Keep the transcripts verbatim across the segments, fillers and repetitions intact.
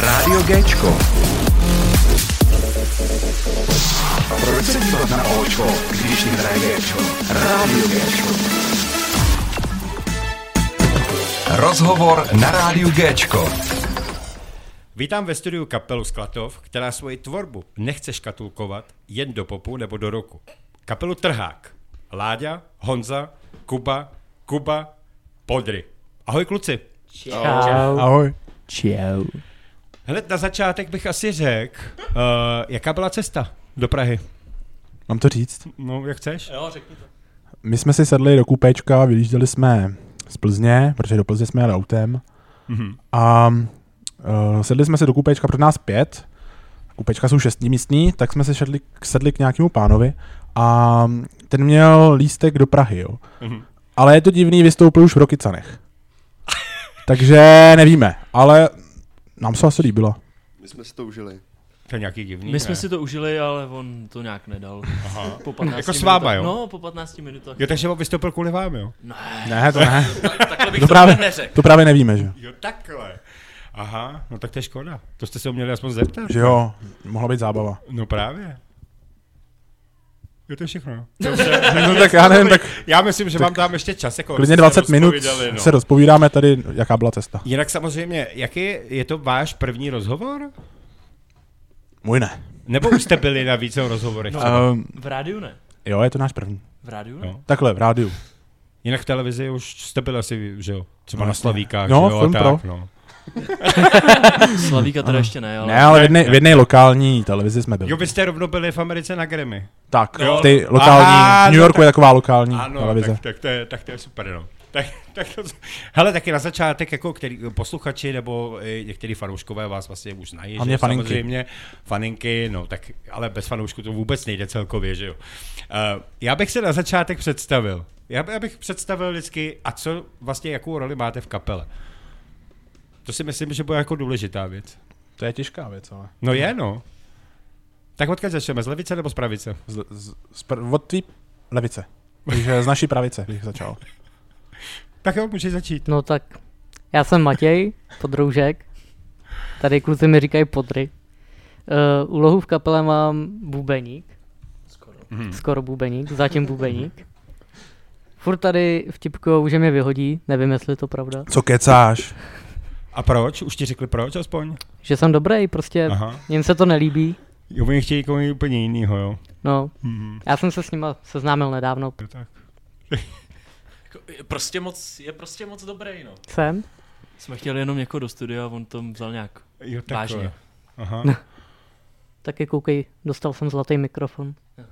Rádio Géčko. Proč se dívat na Óčko, když hraje Géčko? Rádio Géčko. Rozhovor na Rádiu Géčko. Vítám ve studiu kapelu Sklatov, která svoji tvorbu nechce škatulkovat jen do popu nebo do roku. Kapelu Trhák. Láďa, Honza, Kuba, Kuba, Podry. Ahoj kluci. Čau. Ahoj. Čau. Hned na začátek bych asi řekl, uh, jaká byla cesta do Prahy? Mám to říct? No, jak chceš? Jo, řekni to. My jsme si sedli do kupéčka, vyjížděli jsme z Plzně, protože do Plzně jsme jeli autem. Mm-hmm. A uh, sedli jsme si do kupéčka pro nás pět. Kupéčka jsou šestimístný, tak jsme se šedli, sedli k nějakému pánovi a ten měl lístek do Prahy, jo. Mm-hmm. Ale je to divný, vystoupil už v Rokycanech. Takže nevíme, ale nám se asi líbilo. My jsme si to užili. To je nějaký divný, My ne? jsme si to užili, ale on to nějak nedal. Aha. Po patnácti jako s váma, jo? No, po patnácti minutách. Jo, takže on vystoupil kvůli vám, jo? Ne, ne to ne. Takhle bych to, to právě, neřekl. to právě nevíme, že? Jo, takhle. Aha, no tak to je škoda. To jste se ho měli aspoň zeptat. Že jo, mohla být zábava. No právě. Jo, to je všechno. No tak já nevím, tak... Já myslím, že vám dám ještě čas. Jako klidně dvacet minut no. se rozpovídáme tady, jaká byla cesta. Jinak samozřejmě, jaký je to váš první rozhovor? Můj ne. Nebo už jste byli na více rozhovorech? No, um, v rádiu ne. Jo, je to náš první. V rádiu ne? No. Takhle, v rádiu. Jinak v televizi už jste byli asi, že jo? Třeba no, na Slavíkách, no, že jo? Film Tak, Pro. no. Slavíka teda ještě ne, ale... Ne, ale v jedné, v jedné lokální televizi jsme byli. Jo, vy jste rovno byli v Americe na Grammy. Tak, jo. ty lokální, Aha, v New Yorku no, je taková lokální ano, televize. Tak, tak, to je, tak to je super, no. Tak, tak to, hele, taky na začátek, jako který, posluchači nebo i některý fanouškové vás vlastně už znají, a mě že faninky. samozřejmě, faninky, no tak, ale bez fanoušků to vůbec nejde celkově, že jo. Uh, já bych se na začátek představil, já, já bych představil vždycky, a co vlastně, jakou roli máte v kapele. To si myslím, že bude jako důležitá věc. To je těžká věc, ale. No je, no. Tak odkud začneme, z levice nebo z pravice? Z, z, z pr- od tvý levice. Takže z naší pravice bych začal. Tak jo, můžeš začít. No tak, já jsem Matěj, Podroužek. Tady kluci mi říkají Podry. Uh, úlohu v kapele mám bubeník. Skoro. Hmm. Skoro bubeník, zatím bubeník. Furt tady vtipkujou, že mě vyhodí, nevím, jestli je to pravda. Co kecáš? A proč? Už ti řekli proč aspoň? Že jsem dobrý, prostě Aha. jim se to nelíbí. Jo, oni chtějí někoho úplně jinýho, jo. No, Hmm. já jsem se s nima seznámil nedávno. Jo, tak. Je prostě moc, je prostě moc dobrý, no. Jsem? Jsme chtěli jenom někoho do studia a on to vzal nějak Jo, vážně. Aha. Taky koukej, dostal jsem zlatý mikrofon.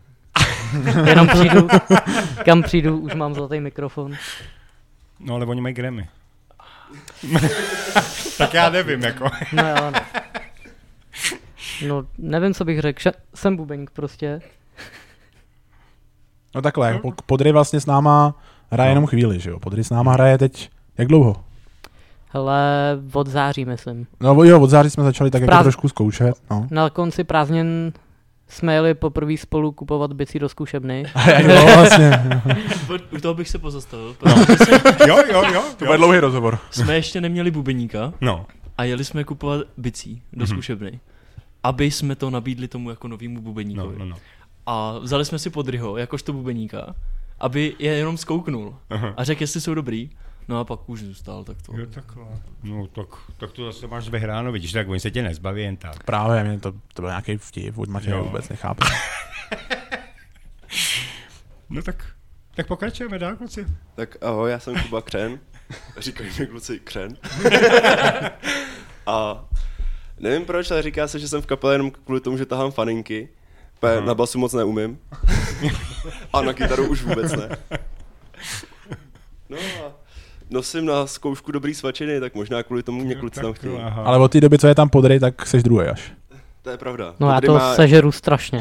Jenom přijdu, kam přijdu, už mám zlatý mikrofon. No ale oni mají Grammy. Tak já nevím, jako. No jo, no. No, nevím, co bych řekl, Ša- jsem bubeník prostě. No takhle, Podry vlastně s náma hraje jenom chvíli, že jo? Podry s náma hraje teď, jak dlouho? Hele, od září, myslím. No jo, od září jsme začali tak Práz- jako trošku zkoušet, no. Na konci prázdnin jsme jeli poprvé spolu kupovat bicí do zkušebny. Jo, vlastně. U toho bych se pozastavil, No. protože Jo, jo, jo. To bude dlouhý rozhovor. jsme ještě neměli bubeníka No. a jeli jsme kupovat bicí do Mhm. zkušebny, aby jsme to nabídli tomu jako novýmu No, bubeníkovi. no, no. A vzali jsme si Podryho, jakožto bubeníka, aby je jenom zkouknul Aha. a řekl, jestli jsou dobrý. No a pak už zůstal, tak to. Jo, takhle. No, tak, tak to zase máš vyhráno, vidíš, tak oni se tě nezbaví jen tak. Právě, mě to, to byl nějaký vtip, od Matěje Jo. vůbec nechápu. No tak, tak pokračujeme dál, kluci. Tak ahoj, já jsem Kuba Křen. Říkají mi kluci Křen. A nevím proč, ale říká se, že jsem v kapele jenom kvůli tomu, že tahám faninky. Pe, na basu moc neumím. A na kytaru už vůbec ne. No a nosím na zkoušku dobrý svačiny, tak možná kvůli tomu mě kluci tam chtějí. Aha. Ale od té doby, co je tam Podry, tak seš druhý až. To je pravda. No já Podry to má- sežeru strašně.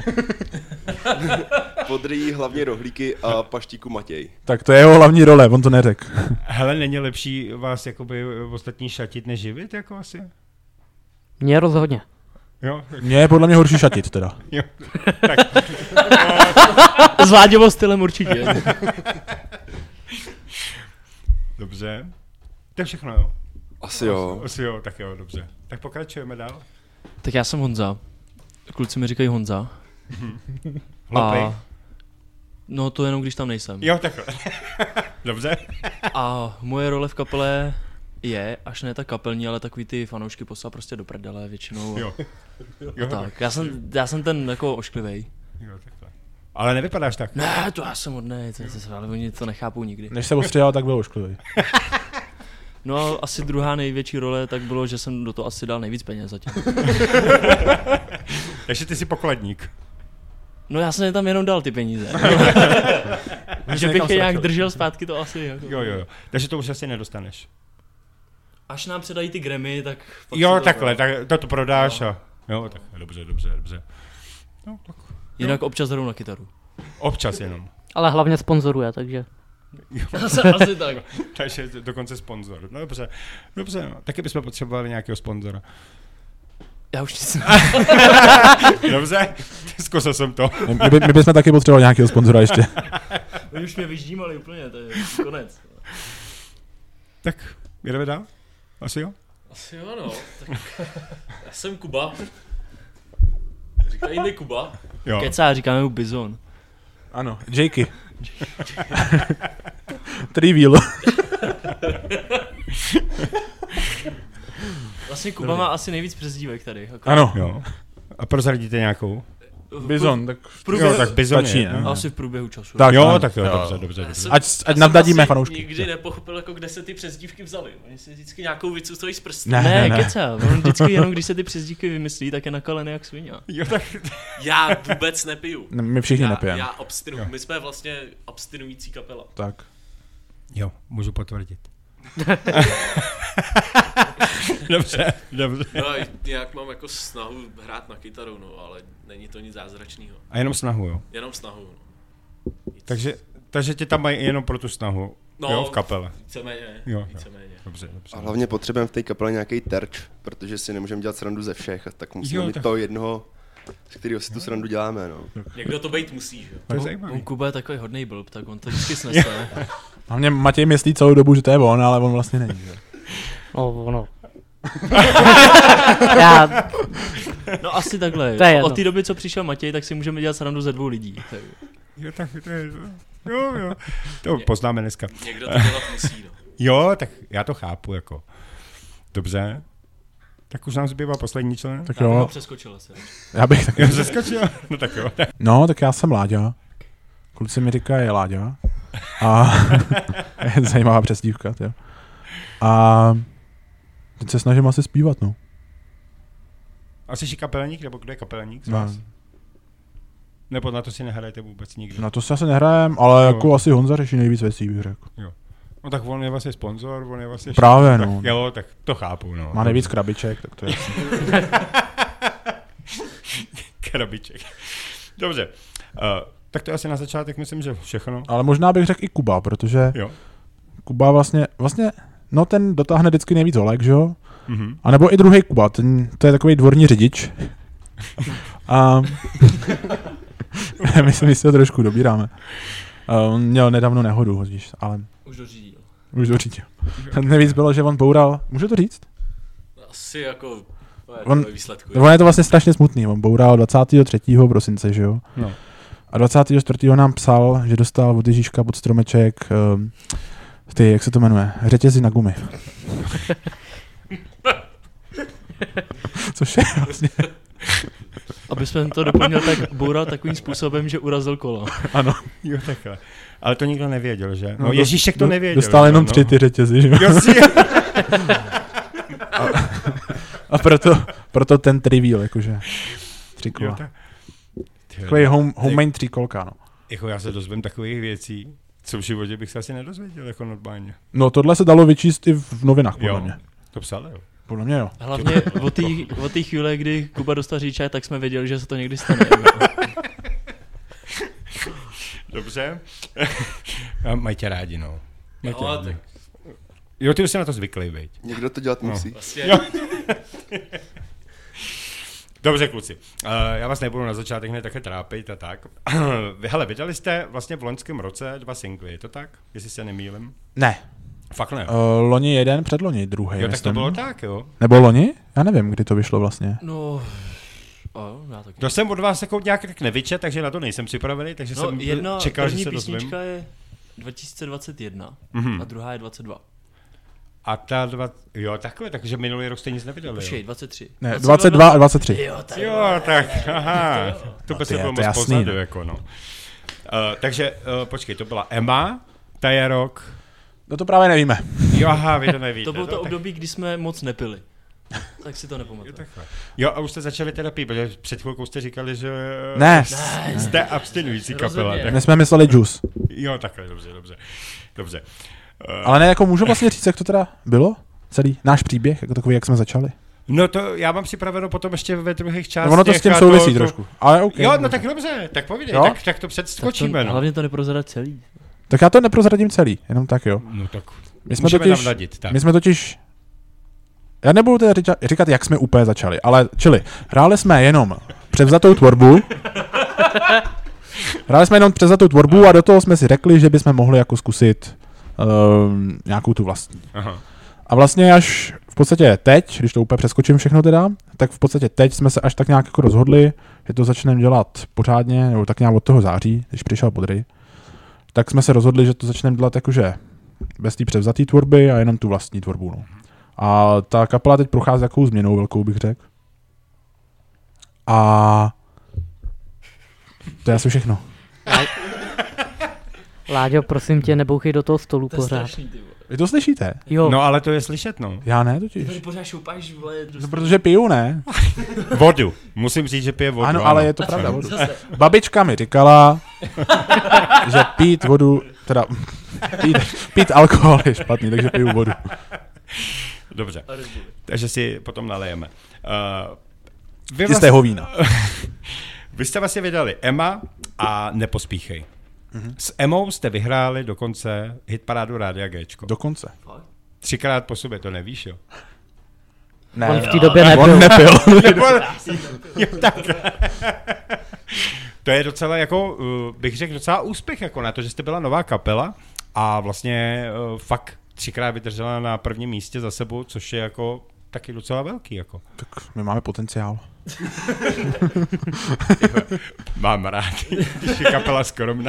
Podrý hlavně rohlíky a paštíku Matěj. Tak to je jeho hlavní role, on to neřekl. Hele, není lepší vás jakoby ostatní šatit než živit, jako asi? Mně rozhodně. Jo, Mně je podle mě horší šatit teda. jo. Tak, S Láďovou stylem určitě. dobře. To je všechno, jo. Asi jo. Asi jo, tak jo, dobře. Tak pokračujeme dál. Tak já jsem Honza. Kluci mi říkají Honza. Hloupej. A... No to jenom když tam nejsem. Jo, takhle. Dobře. A moje role v kapele je, až ne tak kapelní, ale takový ty fanoušky poslat prostě do prdele většinou. Jo. Jo, tak. Já jsem, já jsem ten jako ošklivej. Jo, takhle. Ale nevypadáš tak. Ne, to já jsem hodnej, to, to, ale oni to nechápou nikdy. Než se ostříhal, tak byl ošklivý. No a asi druhá největší role tak bylo, že jsem do toho asi dal nejvíc peněz zatím. Takže ty jsi pokladník. No já jsem je tam jenom dal ty peníze. Že bych je nějak držel zpátky, to asi jako. Jo, jo, jo. Takže to už asi nedostaneš. Až nám předají ty Grammy, tak... Jo, takhle, tak to, to prodáš no. a... Jo, tak dobře, dobře, dobře. No, tak. Jinak občas hraju na kytaru. Občas jenom. Ale hlavně sponzoruje, takže... asi, asi tak. Takže dokonce sponzor. No dobře, dobře, no. Taky bychom potřebovali nějakého sponzora. Já už nic Dobře, zkusil jsem to. My, by, my bychom taky potřebovali nějakého sponzora ještě. Oni už mě vyždímali úplně, to je konec. Tak, jdeme dál? Asi jo? Asi jo, no. Tak, já jsem Kuba. Říkají mi Kuba. Jo. Kecá, říkáme mu Bizon. Ano, Jakey. Trivial. Vlastně Kuba má asi nejvíc přezdívek tady. Jako. Ano. Jo. A prozradíte nějakou? Bizon, tak v průběhu, jo, tak Bizon stačí, je. ne? No. asi v průběhu času. Tak, Jo, ano. tak jo, Jo. dobře, dobře, Já dobře. jsem- Ať, já ať jsem navdadíme vlastně fanoušky. Nikdy nepochopil, jako kde se ty přezdívky vzaly. Oni si vždycky nějakou vycucají z prstů. Ne, Ne, ne, ne. kecá, on vždycky jenom když se ty přezdívky vymyslí, tak je nakalený jak svině. Jo, tak... Já vůbec nepiju. Ne, my všichni Já, nepijeme. já obstinu, my jsme vlastně abstinující kapela. Tak. Jo, můžu potvrdit. Dobře, dobře. No a nějak mám jako snahu hrát na kytaru, no, ale není to nic zázračného. A jenom snahu, jo. Jenom snahu, no. Nic. Takže, takže tě tam mají jenom pro tu snahu, No, jo, v kapele. Víceméně, Jo, jo. víceméně. Dobře, dobře. A hlavně potřebujeme v té kapele nějaký terč, protože si nemůžeme dělat srandu ze všech, tak musíme Jo, mít tak- to jednoho, z kterého si tu srandu děláme, no. Někdo to být musí, že? To je On zajímavý. Kuba je takový hodnej blb, tak on to vždycky snese. Hlavně Matěj myslí celou dobu, že to je on, ale on vlastně není. Že? No, ono. Já, No asi takhle. To je jedno. Od té doby, co přišel Matěj, tak si můžeme dělat srandu ze dvou lidí. Tak. Jo, tak to je... Jo, jo. To poznáme dneska. Někdo to dělat musí, no. Jo, tak já to chápu, jako. Dobře. Tak už nám zbývá poslední člen. Tak Já bych ho jo, přeskočil asi. já bych taky. Jo, zeskočil? No tak jo. No, tak já jsem Láďa. Kluci mi říkají Láďa. A je zajímavá přezdívka, jo. A teď se snažím asi zpívat, no. A jsi kapelník, nebo kdo je kapelník z No. vás? Nebo na to si nehrajete vůbec nikdy? Na to se asi nehrajem, ale Jo. jako asi Honza řeší nejvíc věcí, bych řekl. No tak on je vlastně sponzor, on je vlastně... Právě, tak, no. Jo, tak to chápu, no. Má nejvíc krabiček, tak to je jasný. Krabiček. Dobře. Uh, tak to je asi na začátek, myslím, že všechno. Ale možná bych řekl i Kuba, protože Jo. Kuba vlastně, vlastně, no ten dotáhne vždycky nejvíc holek, že jo? Mhm. A nebo i druhý Kuba, ten, to je takový dvorní řidič. A my se my si ho trošku dobíráme. A on měl nedávno nehodu, hodíš, ale Už dořídil. už to říct. Nejvíc bylo, že on boural, můžu to říct? Asi jako On- ve výsledku. On je to vlastně strašně smutný, on boural dvacátého třetího prosince, že jo? No. A dvacátého čtvrtého nám psal, že dostal od Ježíška pod stromeček um, ty, jak se to jmenuje, řetězy na gumy. Což je vlastně, Aby jsme to doplnil, tak boural takovým způsobem, že urazil kolo. ano. Jo, takhle. Ale to nikdo nevěděl, že? No, No, Ježíšek to do- nevěděl. Dostal jenom no, tři ty řetězy, že jo? Jo, si... A proto, proto ten trivial, jakože tři jo, kola. tak... Takový home, homemade tříkolka, no. Jako já se dozvím takových věcí, co v životě bych se asi nedozvěděl, jako normálně. No tohle se dalo vyčíst i v novinách, podle Jo, mě. to psali, jo. Podle mě jo. Hlavně od té od té chvíle, kdy Kuba dostal říčák, tak jsme věděli, že se to někdy stane. Dobře. A mají tě rádi, no. Mají tě No, rádi. tak Jo, ty už jsi na to zvyklý, veď. Někdo to dělat No. musí. vlastně Jo. Dobře, kluci. Uh, já vás nebudu na začátek hned také trápit a tak. Vy, hele, vydali jste vlastně v loňském roce dva singly, je to tak? Jestli se nemýlim. Ne. Fakt ne. Uh, loni jeden, předloni druhý. Jo, tak to bylo tak, jo. Nebo loni? Já nevím, kdy to vyšlo vlastně. No, o, já taky. To jsem od vás jako nějak tak nevyčet, takže na to nejsem připravený, takže No, jsem jedna čekal, že první se dozvím. písnička je dva tisíce dvacet jedna Mhm. a druhá je dvacet dva. A ta dva, jo, takhle, takže minulý rok jste nic nevydali, Počkej, jo. dvacet tři. Ne, dvacet dva a dvacet tři. Jo, tak. Jo, tak, aha, to by se je- bylo to je moc jasný, pozadu, no. jako no. Uh, takže, uh, počkej, to byla Emma, ta je rok, No to právě nevíme. jo, aha, vy to nevíte. To bylo to no, tak- období, kdy jsme moc nepili. Tak si to Jo, nepamatuju. takhle. Jo, a už jste začali teda pít, protože před chvilkou jste říkali, že Ne. jste abstinující kapela. Rozhodně. Tak, My jsme mysleli Juice. jo, takhle, dobře, dobře. Dobře. Uh, Ale ne, jako můžu vlastně říct, jak to teda bylo? Celý náš příběh, jako takový, jak jsme začali. No to já mám připraveno potom ještě ve druhých částech. No ono to s tím a souvisí to- trošku. Ale okay, Jo, no dobře. tak dobře, tak povídej, Jo? tak, tak to Tak to, předskočíme, no. hlavně to neprozradat celý. Tak já to neprozradím celý, jenom tak jo. No tak My jsme můžeme totiž, navnadit, tak. my jsme totiž, já nebudu teda říkat, říkat, jak jsme úplně začali, ale čili, hráli jsme jenom převzatou tvorbu, hráli jsme jenom převzatou tvorbu a do toho jsme si řekli, že bychom mohli jako zkusit um, nějakou tu vlastní. Aha. A vlastně až v podstatě teď, když to úplně přeskočím všechno teda, tak v podstatě teď jsme se až tak nějak jako rozhodli, že to začneme dělat pořádně, nebo tak nějak od toho září, když přišel Podry, tak jsme se rozhodli, že to začneme dělat jakože bez té převzaté tvorby a jenom tu vlastní tvorbu. No. A ta kapela teď prochází takovou změnou velkou, bych řekl. A to je asi všechno. Láďo, prosím tě, nebouchej do toho stolu To je pořád. strašný, ty vole. Vy to slyšíte? Jo, No ale to je slyšet, no. Já ne Ty totiž. tady pořád šoupáš, vole. No, protože piju, ne? Vodu. Musím říct, že pije vodu. Ano, ale je to pravda. Vodu. Zase. Babička mi říkala, že pít vodu, teda pít, pít alkohol je špatný, takže piju vodu. Dobře, takže si potom nalejeme. Uh, vy, Čistého vína. vy jste vlastně vydali Emma a Nepospíchej. Mm-hmm. S Emmou jste vyhráli dokonce hitparádu Rádia Géčko. Dokonce. Třikrát po sobě, to nevíš, jo? Ne, on v té době nebyl. on nepil. Nebo, jo, tak. To je docela jako, uh, bych řekl, docela úspěch jako na to, že jste byla nová kapela a vlastně uh, fakt třikrát vydržela na prvním místě za sebou, což je jako taky docela velký. Jako. Tak my máme potenciál. Mám rád, když je kapela skromná.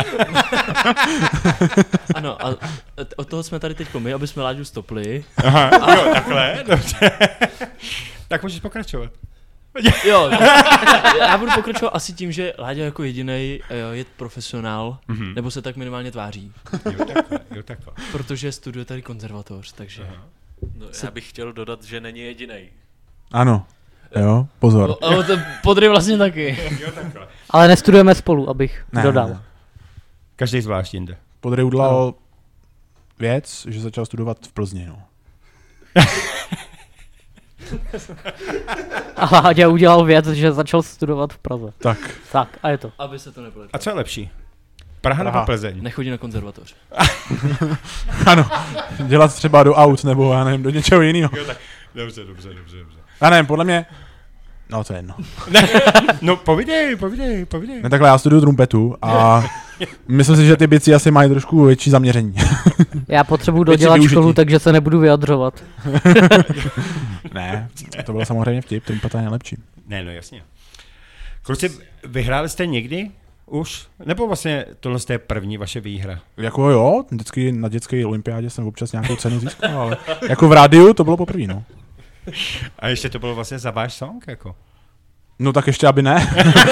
Ano, a t- od toho jsme tady teď my, aby jsme Láďu stopli. Aha, jo, takhle, dobře. Tak můžeš pokračovat. Jo, já budu pokračovat asi tím, že Láďa jako jedinej je profesionál, Mhm. mm-hmm. nebo se tak minimálně tváří, Jo, takhle, jo, takhle. protože studuje tady konzervatoř, takže... Aha. No, já bych chtěl dodat, že není jedinej. Ano. Jo, pozor. Ale to Podry vlastně taky. Jo, takhle. Ale nestudujeme spolu, abych Ne, dodal. ne. Každý zvlášť jinde. Podry udělal věc, že začal studovat v Plzni. No. A Láďa udělal věc, že začal studovat v Praze. Tak. Tak, a je to. Aby se to nepletlo. A co je lepší? Praha, Praha. nebo Plzeň? Nechodí na konzervatoř. Ano. Dělat třeba do aut, nebo já nevím, do něčeho jiného. Jo, tak. Dobře, dobře, dobře, dobře. Já nevím, podle mě... No to je jedno. No povídej, povídej, povídej. Ne, takhle já studuju trumpetu a myslím si, že ty bici asi mají trošku větší zaměření. Já potřebuji Větší dodělat využití. školu, takže se nebudu vyjadřovat. Ne, to bylo samozřejmě vtip, trumpeta je nejlepší. Ne, no jasně. Kluci, vyhráli jste někdy už? Nebo vlastně tohle je první vaše výhra? Jako jo, vždycky na dětské olympiádě jsem občas nějakou cenu získal, ale jako v rádiu to bylo poprvé, no. A ještě to bylo vlastně za váš song, jako? No tak ještě aby ne.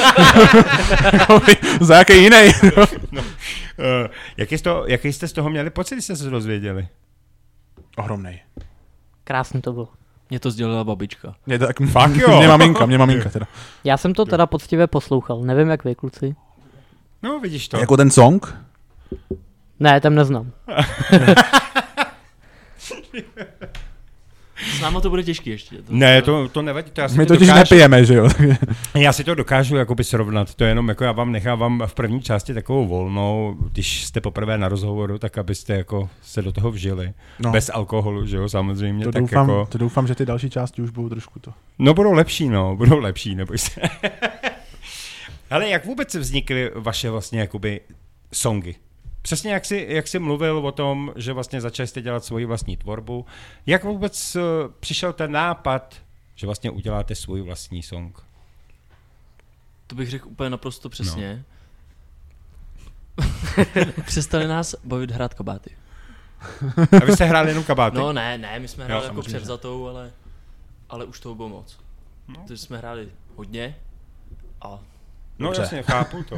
Za jaký jiný? No, uh, jaký, jste, jaký jste z toho měli pocit, když jste se dozvěděli? Ohromnej. Krásný to bylo. Mě to sdělila babička. Mě tak, Fakt jo? Mě maminka, mě maminka teda. Já jsem to teda poctivě poslouchal. Nevím, jak vy, kluci. No, vidíš to. Jako ten song? Ne, ten neznám. S náma to bude těžký ještě. To, Ne, to, to nevadí, to já si My to totiž dokážu, nepijeme, že jo? já si to dokážu jakoby srovnat, to je jenom jako já vám nechávám v první části takovou volnou, když jste poprvé na rozhovoru, tak abyste jako se do toho vžili, No, bez alkoholu, že jo, samozřejmě, to tak doufám, jako, to doufám, že ty další části už budou trošku to. no budou lepší, no, budou lepší, neboj se. Ale jak vůbec vznikly vaše vlastně jakoby songy? přesně jak jsi, jak jsi mluvil o tom, že vlastně začali jste dělat svoji vlastní tvorbu, jak vůbec uh, přišel ten nápad, že vlastně uděláte svůj vlastní song? To bych řekl úplně naprosto přesně. No. Přestali nás bavit hrát kabáty. A vy jste hráli jenom kabáty? No ne, ne, my jsme hráli Jo, jako samozřejmě. převzatou, ale, ale už toho bylo moc. No. Takže jsme hráli hodně a No Dobře. jasně, chápu to.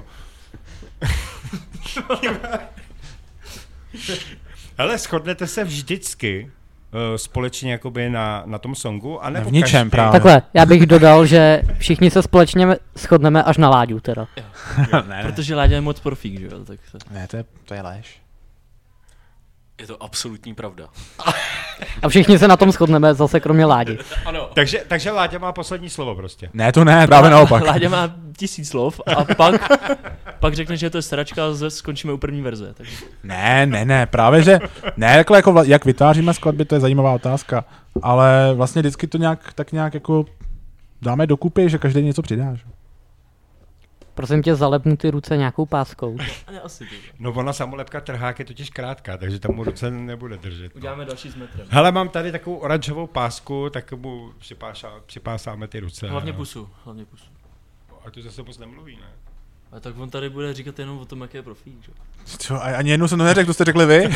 Hele, shodnete se vždycky uh, společně jakoby na, na tom songu? A nebo v ničem každý... právě. Takhle, já bych dodal, že všichni se společně shodneme až na Láďu teda. ne, ne. protože Láďa je moc profík, že jo, tak to... ne, to je, to je lež. Je to absolutní pravda. A všichni se na tom shodneme, zase kromě Ládi. Ano. Takže, takže Láďa má poslední slovo prostě. Ne, to ne, právě naopak. Láďa má tisíc slov a pak, pak řekne, že to je sračka a zase skončíme u první verze. Takže... Ne, ne, ne, právě že, ne, takhle jako, vla- jak vytváříme skladby, to je zajímavá otázka, ale vlastně vždycky to nějak, tak nějak jako dáme dokupy, že každý něco přidá, že? Prosím tě, zalepnu ty ruce nějakou páskou. Ne, asi to. No ona samolepka trhák je totiž krátká, takže tam mu ruce nebude držet. No. Uděláme další s metrem. Hele, mám tady takovou oranžovou pásku, tak mu připášá, připásáme ty ruce. Hlavně pusu, hlavně pusu. A tu zase moc nemluví, ne? A tak on tady bude říkat jenom o tom, jak je profík, že? Co, a- ani jednou jsem to neřekl, to jste řekli vy?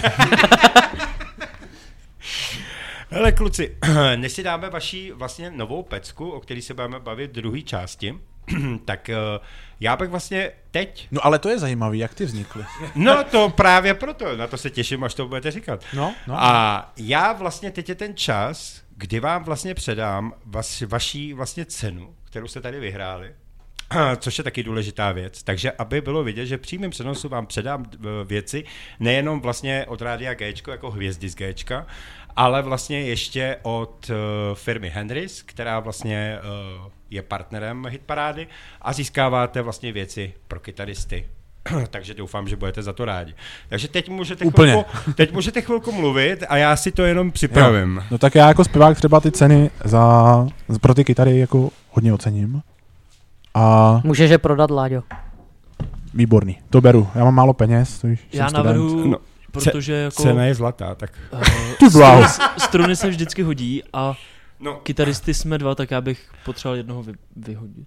Hele kluci, než si dáme vaši vlastně novou pecku, o který se budeme bavit v druhé části, tak uh, já bych vlastně teď... No ale to je zajímavý, jak ty vznikly. No to právě proto, na to se těším, až to budete říkat. No, no. A já vlastně teď je ten čas, kdy vám vlastně předám vas, vaší vlastně cenu, kterou jste tady vyhráli, což je taky důležitá věc. Takže aby bylo vidět, že v přímém přenosu vám předám věci nejenom vlastně od Rádia Géčko, jako hvězdy z Géčka, ale vlastně ještě od uh, firmy Henrys, která vlastně uh, je partnerem Hitparády a získáváte vlastně věci pro kytaristy. Takže doufám, že budete za to rádi. Takže teď můžete, Úplně. chvilku, teď můžete chvilku mluvit a já si to jenom připravím. Jo. No tak já jako zpěvák třeba ty ceny za, pro ty kytary jako hodně ocením. A Můžeš je prodat, Láďo. výborný, to beru. Já mám málo peněz, to již Já jsem student. navrhu, No, protože jako... Cena je zlatá, tak... Uh, Ty bláho. struny, struny se vždycky hodí a No, kytaristy jsme dva, tak já bych potřeboval jednoho vy, vyhodit.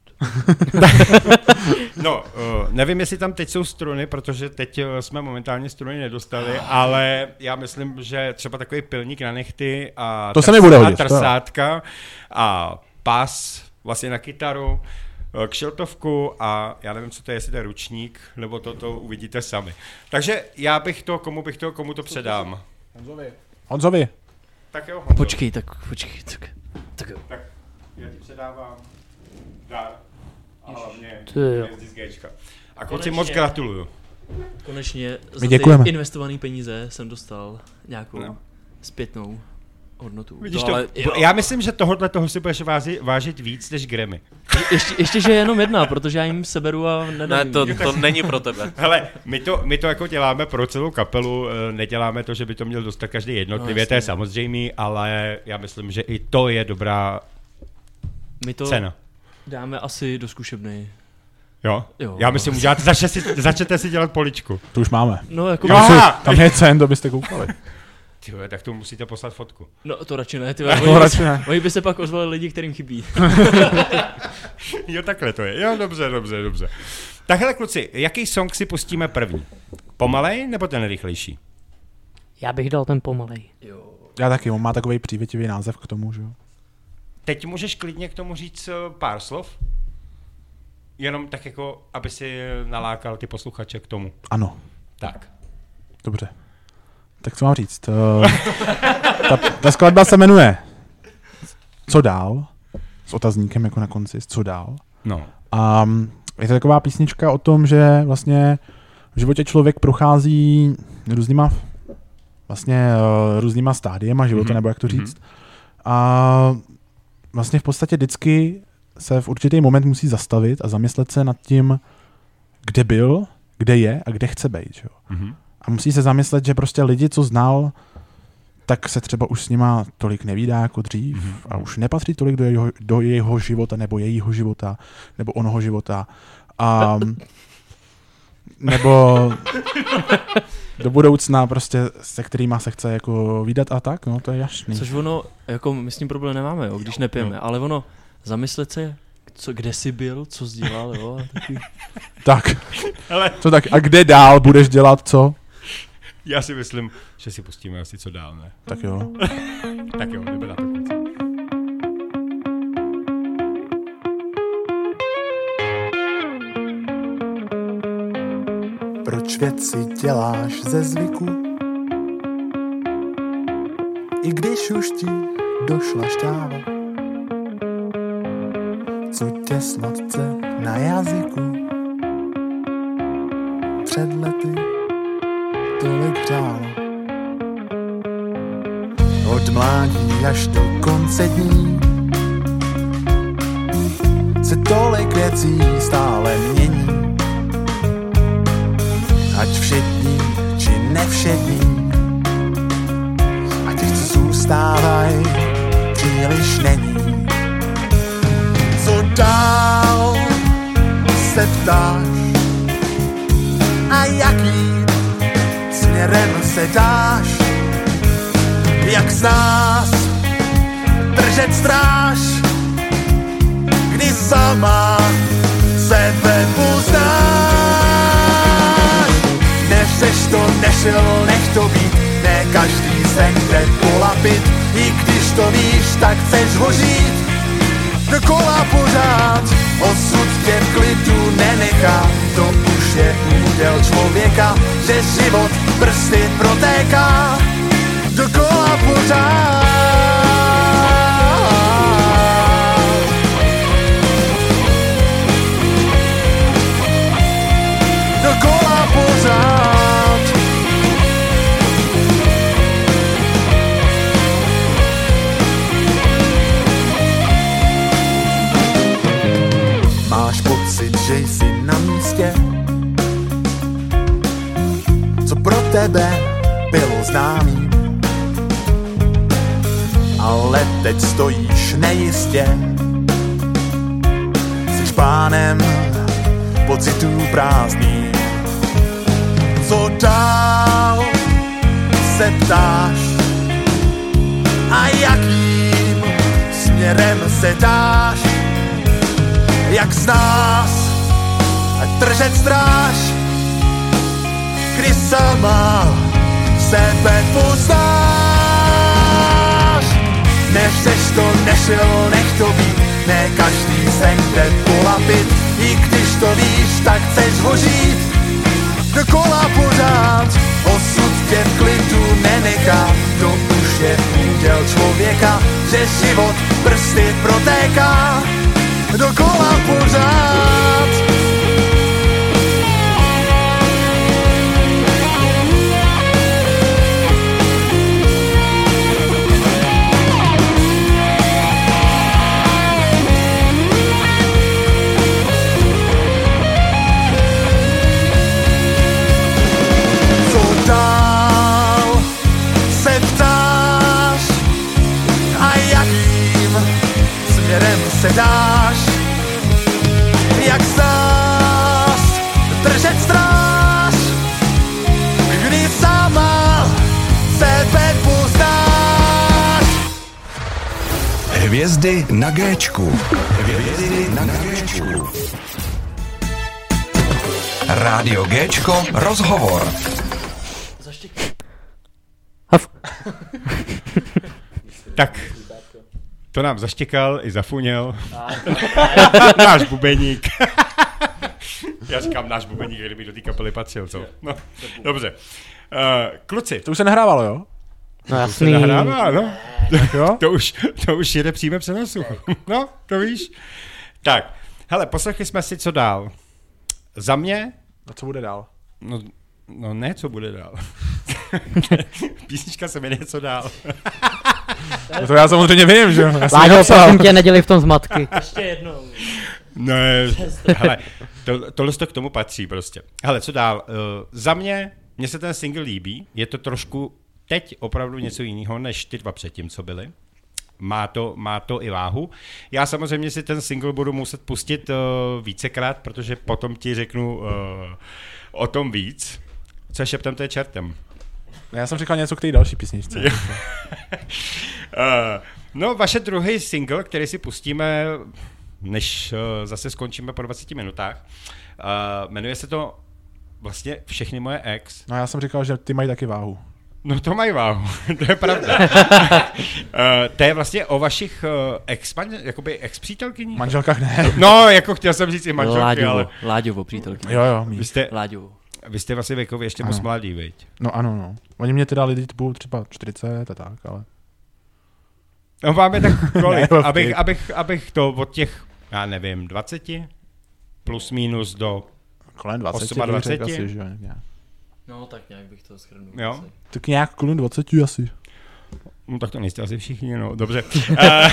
no uh, nevím, jestli tam teď jsou struny, protože teď uh, jsme momentálně struny nedostali, ale já myslím, že třeba takový pilník na nechty a, To se mi bude hodit, a trsátka a pás vlastně na kytaru, uh, kšiltovku a já nevím, co to je, jestli to je ručník, nebo to, to uvidíte sami. Takže já bych to, komu bych to, komu to předám. Honzovi. Tak jo, Honzo. Počkej, tak počkej, tak, tak jo. Tak já ti předávám dár a hlavně Ty jo. hvězdy z Géčka. A kluci, Konečně. moc gratuluju. Konečně za My ty děkujeme. investované peníze jsem dostal nějakou No. no. zpětnou hodnotu. Vidíš to, to, ale, jo. já myslím, že tohohle toho si budeš vážit, vážit víc než Grammy. ještě, ještě, že je jenom jedna, protože já jim seberu a nedám Ne, jim. to, to není pro tebe. Hele, my to, my to jako děláme pro celou kapelu, eh, neděláme to, že by to měl dostat každý jednotlivě, No, to je jasně. samozřejmý, ale já myslím, že i to je dobrá My to cena. dáme asi do zkušebny. Jo? Jo. Já myslím, uděláte, začnete si, začnete si dělat poličku. To už máme. No, jako Jo. Tam, jsou, Aha! tam je cen, to byste koukali. Tyhle, tak to musíte poslat fotku. No, to radši ne, ty To oni, radši ne. oni by se pak ozvali lidi, kterým chybí. Jo, takhle to je. Jo, dobře, dobře, dobře. Takhle kluci, jaký song si pustíme první? Pomalej nebo ten rychlejší? Já bych dal ten pomalej. Já taky, on má takový přívětivý název k tomu, že jo. Teď můžeš klidně k tomu říct eh, pár slov? Jenom tak jako, aby si nalákal ty posluchače k tomu. Ano, Tak. dobře. Tak co mám říct? Eh, ta, ta skladba se jmenuje Co dál? S otazníkem jako na konci, co dál? No. A je to taková písnička o tom, že vlastně v životě člověk prochází různýma vlastně uh, různýma stádiema života, Mhm, nebo jak to mhm. říct. A vlastně v podstatě vždycky se v určitý moment musí zastavit a zamyslet se nad tím, kde byl, kde je a kde chce být. Že? Mhm. A musí se zamyslet, že prostě lidi, co znal, tak se třeba už s nima tolik nevídá jako dřív Mhm. a už nepatří tolik do jeho, do jeho života nebo jejího života nebo onoho života. A nebo do budoucna prostě, se kterýma se chce jako výdat a tak, no to je jasný. Což ono, jako my s tím problém nemáme, jo, když nepijeme, no. Ale ono, zamyslet se, co, kde jsi byl, co jsi dělal, jo, a taky... Tak, Ale co tak, a kde dál budeš dělat co? já si myslím, že si pustíme asi co dál, ne? Tak jo. Tak jo, jdeme na to konce. Proč věci děláš ze zvyku? I když už ti došla šťáva, co tě sladce na jazyku před lety tolik hřála. Od mládí až do konce dní se tolik věcí stále mění. Ať všední, či nevšední, a těch, co zůstávaj, příliš není. Co dál se ptáš a jakým směrem se dáš, jak z nás držet stráž, kdy sama sebe poznáš. Nechceš to, nešel, nech to být, ne každý se chce polapit, i když to víš, tak chceš hořít dokola pořád. Osud tě v klidu nenechá, to už je úděl člověka, že život prsty protéká dokola pořád. Dokola pořád. Máš pocit, že jsi na místě, co pro tebe bylo známý, ale teď stojíš nejistě, jsi pánem pocitů prázdný. Co dál se ptáš a jakým směrem se dáš, jak z nás držet stráž, kdy sama sebe poznáš. Nechceš to, nešel, nech to být, ne každý se chce polapit, i když to víš, tak chceš hořít dokola pořád. Osud tě v klidu nenechá, to už je úděl člověka, že život prsty protéká dokola pořád. Se dáš, jak z nás držet stráž, kdy sama sebe poznáš. Hvězdy na Géčku. Hvězdy na Géčku. Rádio Géčko, rozhovor. Tak. To nám zaštěkal i zafuněl. Náš bubeník. Já říkám náš bubeník, kdyby do té kapely patřil, co? No, dobře. Uh, kluci. To už se nahrávalo, jo? No jasný. To se nahrává, no. Jo? to, už, to už jede přímé přenosu. No, to víš. Tak, hele, poslechli jsme si, co dál. Za mě... A co bude dál? No, no ne, co bude dál. Písnička se jmenuje Co dál. No to já samozřejmě vím, že jo. Láďo, prosím tě, nedělej v tom zmatky. Ještě jednou. Ne, hele, to, tohle to k tomu patří prostě. Hele, co dál? Uh, za mě, mně se ten single líbí, je to trošku teď opravdu něco jiného, než ty dva předtím, co byly. má to, má to i váhu. Já samozřejmě si ten single budu muset pustit uh, vícekrát, protože potom ti řeknu uh, o tom víc. Co šeptem, to je čertem. Já jsem říkal něco k té další písničce. uh, no, vaše druhý single, který si pustíme, než uh, zase skončíme po dvaceti minutách, uh, jmenuje se to vlastně Všechny moje ex. No já jsem říkal, že ty mají taky váhu. No to mají váhu, to je pravda. uh, to je vlastně o vašich uh, ex, jakoby ex-přítelkyních? Manželkách ne. No, jako chtěl jsem říct i manželky, Láďovo, ale... Láďovo přítelkyně. Jo, jo, mý. Vy jste, Láďovo. vy jste vlastně věkově ještě Ano. moc mladý, viď? No ano, no. Oni mě teda lidi typu třeba čtyřicet a tak, ale... No máme tak kolik, Ne, abych, abych, abych to od těch, já nevím, dvaceti plus minus do... Kolem dvacet, dvacet bych řekl asi, že jo, nějak. No tak nějak bych to shrnul. Jo? Tak nějak kolem dvacet asi. No tak to nejste asi všichni, no, dobře. Eh,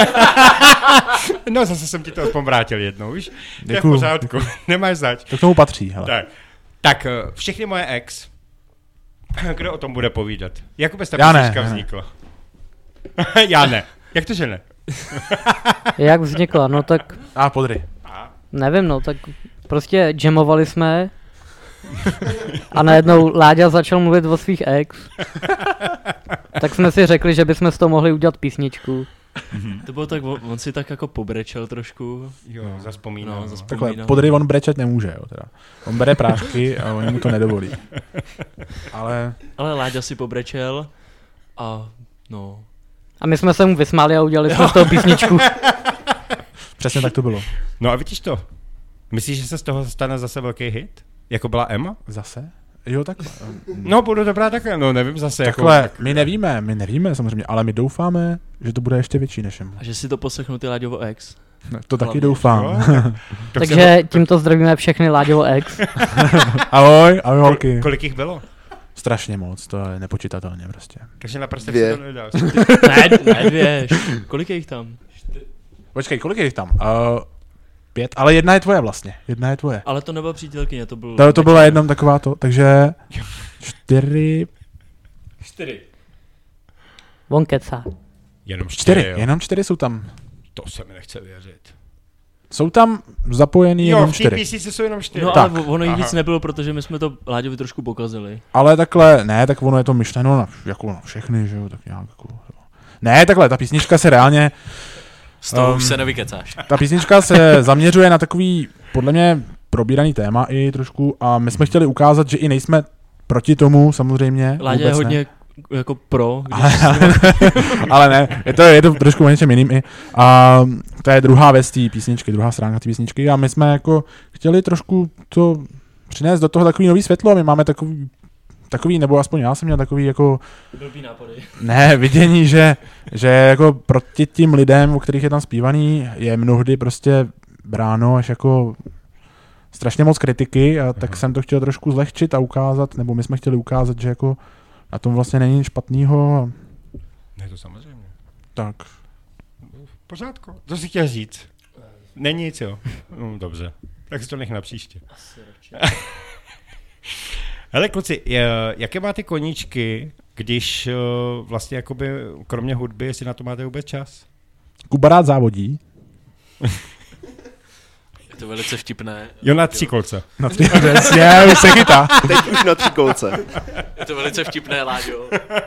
no zase jsem ti to aspoň vrátil jednou, víš? To je v Děkuju, pořádku, nemáš zač. To k tomu patří, hele. Tak, tak eh, Všechny moje ex. Kdo o tom bude povídat? Jak vůbec ta Já ne, písnička ne. vznikla? Já ne. Jak to, že ne? Jak vznikla? No tak A podry. nevím, no tak prostě jamovali jsme a najednou Láďa začal mluvit o svých ex. Tak jsme si řekli, že bychom z toho mohli udělat písničku. To bylo tak, on, on si tak jako pobrečel trošku. Jo, zaspomínám. No, No, zaspomínám. Takhle, podry on brečet nemůže, jo, teda. On bere prášky a oni mu to nedovolí. Ale Ale Láďa si pobrečel a no. A my jsme se mu vysmáli a udělali jsme z toho písničku. přesně tak to bylo. no a vidíš to? Myslíš, že se z toho stane zase velký hit? Jako byla Emma? Zase? Jo, takhle. No, budu dobrá takhle, no nevím zase. Takhle, Jako, tak, my nevíme, my nevíme samozřejmě, ale my doufáme, že to bude ještě větší než jemu. A že si to poslechnu ty Láďovo ex. To taky Hlavně, doufám. jo? tak se Takže tímto zdravíme všechny Láďovo ex. Ahoj, ahoj ho, holky. kolik jich bylo? Strašně moc, to je nepočítatelně prostě. Takže na prstech Dvě. si to nedáš. Ne, ne dvě. Kolik je jich tam? Počkej, kolik je jich tam? Uh, pět, ale jedna je tvoje vlastně, jedna je tvoje. Ale to nebyla přítelkyně, to byl... To, to byla jenom taková to, takže čtyři, Čtyři. On kecá. Jenom čtyři, čtyři, jo. jenom čtyři jsou tam. To se mi nechce věřit. Jsou tam zapojený Jo, jenom v té čtyři. písničce jsou jenom čtyři. No Tak. ale ono jich Aha. víc nebylo, protože my jsme to Láďovi trošku pokazili. Ale takhle, ne, tak ono je to myšleno na, jako na všechny, že jo, tak nějak jako, jo. Ne, takhle, ta písnička se reálně, Z toho Um, už se nevykecáš. ta písnička se zaměřuje na takový, podle mě, probíraný téma i trošku a my jsme chtěli ukázat, že i nejsme proti tomu, samozřejmě. Láďa je vůbec hodně jako pro, když Ale, ale, ale ne, je to, je to trošku o něčem jiným i. A to je druhá věc té písničky, druhá stránka té písničky a my jsme jako chtěli trošku to přinést do toho takový nový světlo a my máme takový, takový, nebo aspoň já jsem měl takový jako, blbý nápady. ne, vidění, že, že jako proti tím lidem, u kterých je tam zpívaný, je mnohdy prostě bráno až jako strašně moc kritiky a tak jsem to chtěl trošku zlehčit a ukázat, nebo my jsme chtěli ukázat, že jako na tom vlastně není nic špatného. Ne, to samozřejmě. Tak. V pořádku. To si chtěl říct. Není nic, jo. No, dobře. Tak si to nech na příště. Hele kluci, je- jaké máte koníčky, když eh, vlastně jakoby kromě hudby, jestli na to máte vůbec čas? Kuba rád závodí. Je to velice vtipné. Jo, na tři kolce. Na tři přesně, už se chytá. Teď už na tři kolce. Je to velice vtipné, Láďo.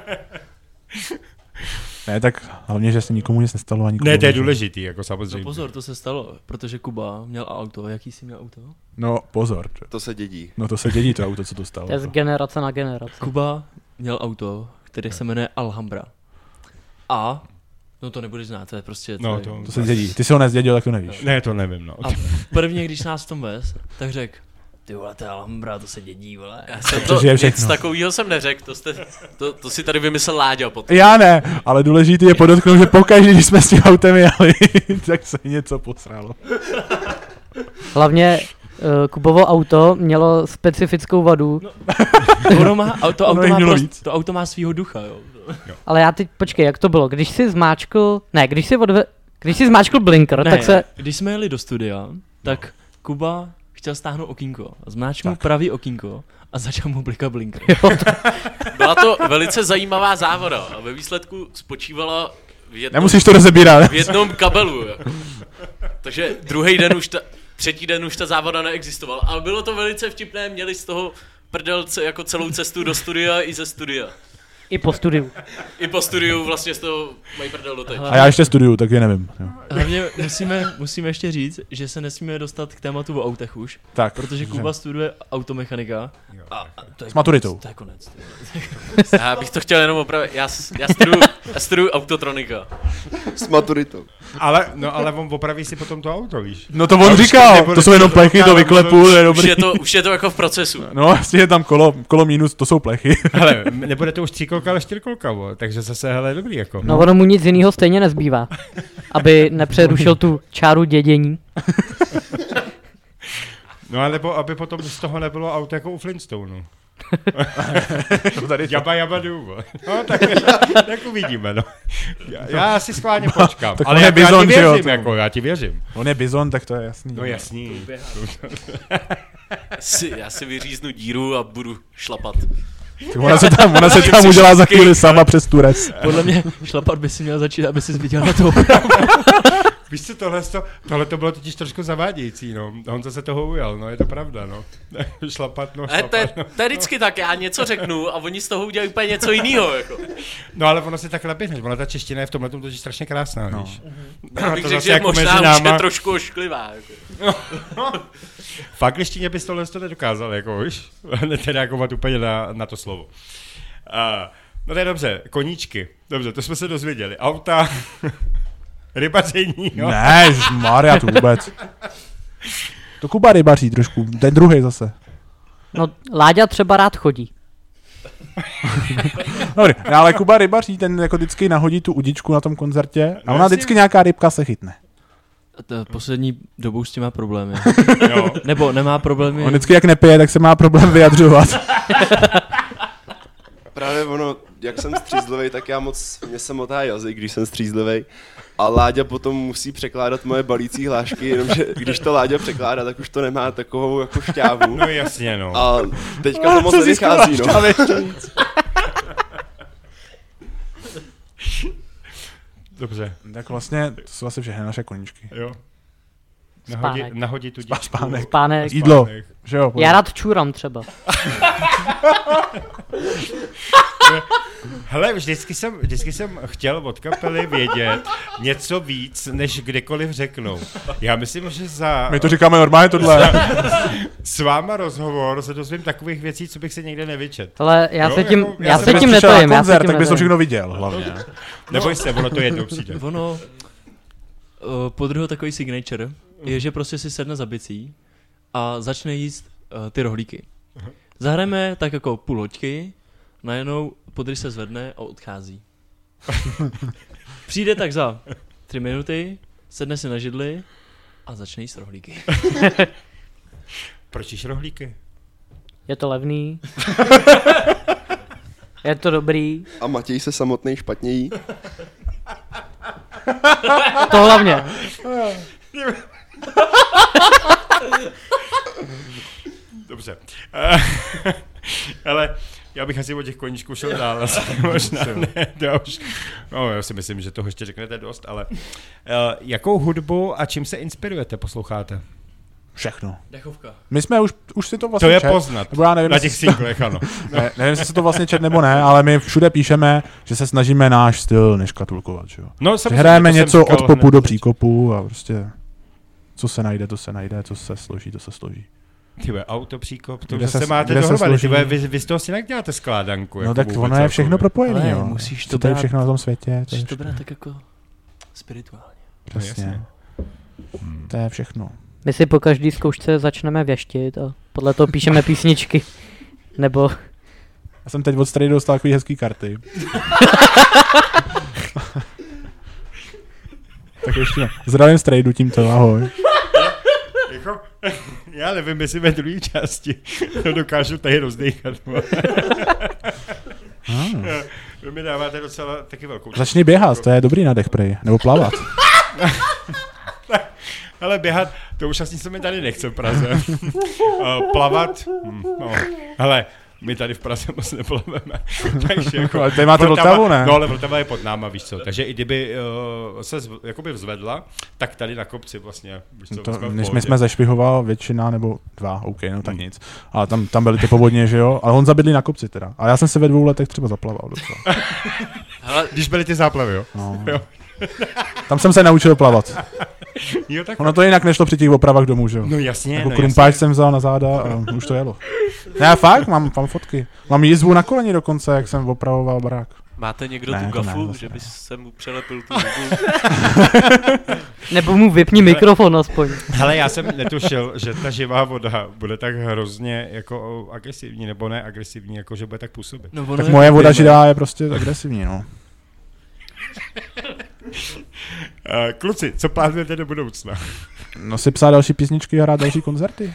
Ne, tak hlavně, že se nikomu nic nestalo. Ani Ne, to je že- důležitý, jako No samozřejmě. pozor, to se stalo, protože Kuba měl auto. Jaký jsi měl auto? No, pozor. To se dědí. No to se dědí to auto, co to stalo. To je z generace na generaci. Kuba měl auto, které se jmenuje Alhambra. A, no to nebudeš znát, to je prostě... No, je- to- To se dědí. Ty si ho nezdědil, tak to nevíš. Ne, to nevím, no. A prvně, když nás v tom vez, tak řekl, ty vole, to je Alhambra, to se dědí, vole. Já jsem to, přežije nic všechno. takového jsem neřekl, to, jste, to, to si tady vymyslel Láďa potom. Já ne, ale důležitý je podotknout, že pokaždé, když jsme s tím autem jeli, tak se něco posralo. Hlavně uh, Kubovo auto mělo specifickou vadu, Ono má, a to, Ono auto jich má mělo prost, víc. to auto má svýho ducha, jo. ale já teď, počkej, jak to bylo? Když si zmáčkl, ne, když si odve, když si zmáčkl blinker, Ne, tak se, když jsme jeli do studia, tak Kuba chtěl stáhnout okýnko a zmáčknul pravý okýnko a začal mu blikat blinker. Byla to velice zajímavá závoda a ve výsledku spočívala v jednom, Nemusíš to rozebírat. v jednom kabelu. Jo. Takže druhý den už ta, třetí den už ta závoda neexistovala. Ale bylo to velice vtipné, měli z toho prdelce jako celou cestu do studia i ze studia. I po studiu. I po studiu vlastně z toho mají prdel doteď. A já ještě studuju, tak je nevím. Jo. Hlavně musíme, musíme ještě říct, že se nesmíme dostat k tématu o autech už, Tak, protože Kuba studuje automechanika. A, a to je S maturitou. Konec, to je konec. Já bych to chtěl jenom opravit. Já, s- já, studuju, já studuju autotronika. S maturitou. Ale, no ale on opraví si potom to auto, víš. No to on říkal, to jsou jenom plechy, to vyklepu, to je Už dobrý. je, to, už je to jako v procesu. No, vlastně je tam kolo, kolo minus, to jsou plechy. Ale nebude to už tříkolka, ale čtyřkolka, bo, takže zase, hele, dobrý jako. No ono mu nic jiného stejně nezbývá, aby nepřerušil tu čáru dědění. No a nebo aby potom z toho nebylo auto jako u Flintstoneu. To tady Jaba jaba du. No tak, tak uvidíme, no. Já, já si schválně počkám. tak Ale on je já, já bizon, ti že jo, věřím, to- jako, já ti věřím. On je bizon, tak to je jasný. No jasný. Si, já si vyříznu díru a budu šlapat. Tak ona se tam, ona se tam udělá za chvíli sama přes Turec. Podle mě šlapat by si měl začít, aby si viděl na to. Víš co, tohle, to, tohle to bylo totiž trošku zavádějící, no. Honza se toho ujal, no, je to pravda, no. Šlapat, no, Ale to je, šlapat, no. to je vždycky tak, já něco řeknu a oni z toho udělají úplně něco jiného. Jako. No ale ono si tak lepí, ona ta čeština je v tomhle tom totiž strašně krásná, no. Víš. Já bych to řekl, zase že jako možná mezi už náma- je trošku ošklivá. Jako. V angličtině bys tohle to nedokázal, jako víš, nereagovat úplně na, na to slovo. Uh, no to je dobře, koníčky, dobře, to jsme se dozvěděli, auta, rybaření, jo. Ne, Maria, to vůbec. To Kuba rybaří trošku, ten druhý zase. No, Láďa třeba rád chodí. Dobrý, no, ale Kuba rybaří, ten jako vždycky nahodí tu udičku na tom koncertě a No ona jasně. vždycky nějaká rybka se chytne. To poslední dobou s tím má problémy. Jo. Nebo nemá problémy. On vždycky jak nepije, tak se má problém vyjadřovat. Právě ono, jak jsem střízlivý, tak já moc, mě se motá jazyk, když jsem střízlivý. A Láďa potom musí překládat moje balící hlášky, jenomže když to Láďa překládá, tak už to nemá takovou jako šťávu. No jasně, no. A teďka to moc nevychází, no. Dobře, Tak vlastně, to jsou asi všechny naše koníčky. jo. Nahodit, Spánek. nahodit tu děčku. Spánek. Spánek. Jídlo, Spánek. že jo? Já rád čůram třeba. Hele, vždycky jsem, vždycky jsem chtěl od kapely vědět něco víc, než kdekoliv řeknou. Já myslím, že za My to říkáme normálně tohle. s váma rozhovor se dozvím takových věcí, co bych si někde nevyčet. Ale já Jo, se tím, jako- já já jsem se Kdybys tím přišel netojím, na já se koncert, tím tak bys to netojím. všechno viděl, hlavně. Neboj se, ono to jednou přijde. Ono, uh, podruhé takový signature je, že prostě si sedne za bicí a začne jíst uh, ty rohlíky. Zahrajeme tak jako půl hoďky, najednou podry se zvedne a odchází. Přijde tak za tři minuty, sedne si na židli a začne jíst rohlíky. Proč jíš rohlíky? Je to levný. Je to dobrý. A Matěj se samotný špatně jí. To hlavně. Dobře. Eh, Ale já bych asi od těch koníčků šel dál. Asi možná ne, to už, no, já si myslím, že toho ještě řeknete dost, ale uh, jakou hudbu a čím se inspirujete, posloucháte? Všechno. Dechovka. My jsme už, už si to To vlastně je čet, poznat. nebo já nevím, Na jestli těch si to- singlech, ano. ne, nevím, jestli se to vlastně čet nebo ne, ale my všude píšeme, že se snažíme náš styl neškatulkovat, že jo. No, Že samozřejmě, hrajeme to jsem něco říkal od popu hned do teď. příkopu a prostě co se najde, to se najde, co se složí, to se složí. Tyhle, auto, příkop, to Kde zase se- máte kde se dohromady. složí? Tyhle, vy, vy z toho si neděláte skládanku. No jako tak vůbec ono je celkově. všechno propojené, Ale jo. musíš to Co tady brát- všechno na tom světě, to je Musíš to všechno. brát tak jako spirituálně. Přesně. jasně. To je všechno. My si po každý zkoušce začneme věštit a podle toho píšeme písničky. Nebo Já jsem teď od strady dostal takový hezký karty. Tak ještě ne. Zdravím strejdu tímto, ahoj. Jako, já nevím, jestli ve druhé části to dokážu tady rozdýchat. Ah. Vy mi dáváte docela taky velkou část. Začni běhat, to je dobrý nadech prej. Nebo plavat. Ale běhat, to už asi se mi tady nechce v Praze. Uh, plavat, hm, no. Hele, My tady v Praze moc neplaveme. Takže jako, ale tady máte Vltavu, ne? No ale Vltava je pod náma, víš co. Takže i kdyby uh, se zv, jakoby vzvedla, tak tady na kopci vlastně, víš co, To, jsme v než my pohodě. jsme zešvihoval většina nebo dva, OK, no tak nic. Ale tam, tam byly ty povodně, že jo? Ale on zabydlí na kopci teda. A já jsem se ve dvou letech třeba zaplaval docela. Hele, Když byly ty záplavy, jo? No. Jo. Tam jsem se naučil plavat. Jo, tak. Ono to jinak nešlo při těch opravách domů, že jo? No jasně, Jako no krumpáč jasně. jsem vzal na záda a už to jelo. Ne, fakt, mám, mám fotky. Mám jízvu na koleni dokonce, jak jsem opravoval barák. máte někdo Ne, tu to ne, gafu, zase že ne. by se mu přelepil tu hubu? Nebo mu vypni mikrofon aspoň. Hele, já jsem netušil, že ta živá voda bude tak hrozně jako agresivní, nebo ne agresivní, jako že bude tak působit. No, ono Tak je moje voda víme. živá je prostě agresivní, no. Uh, kluci, co plánujete do budoucna? No si psát další písničky a hrát další koncerty.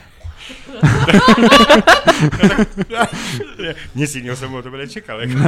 Nic jiného jsem o tebe nečekal. Jako.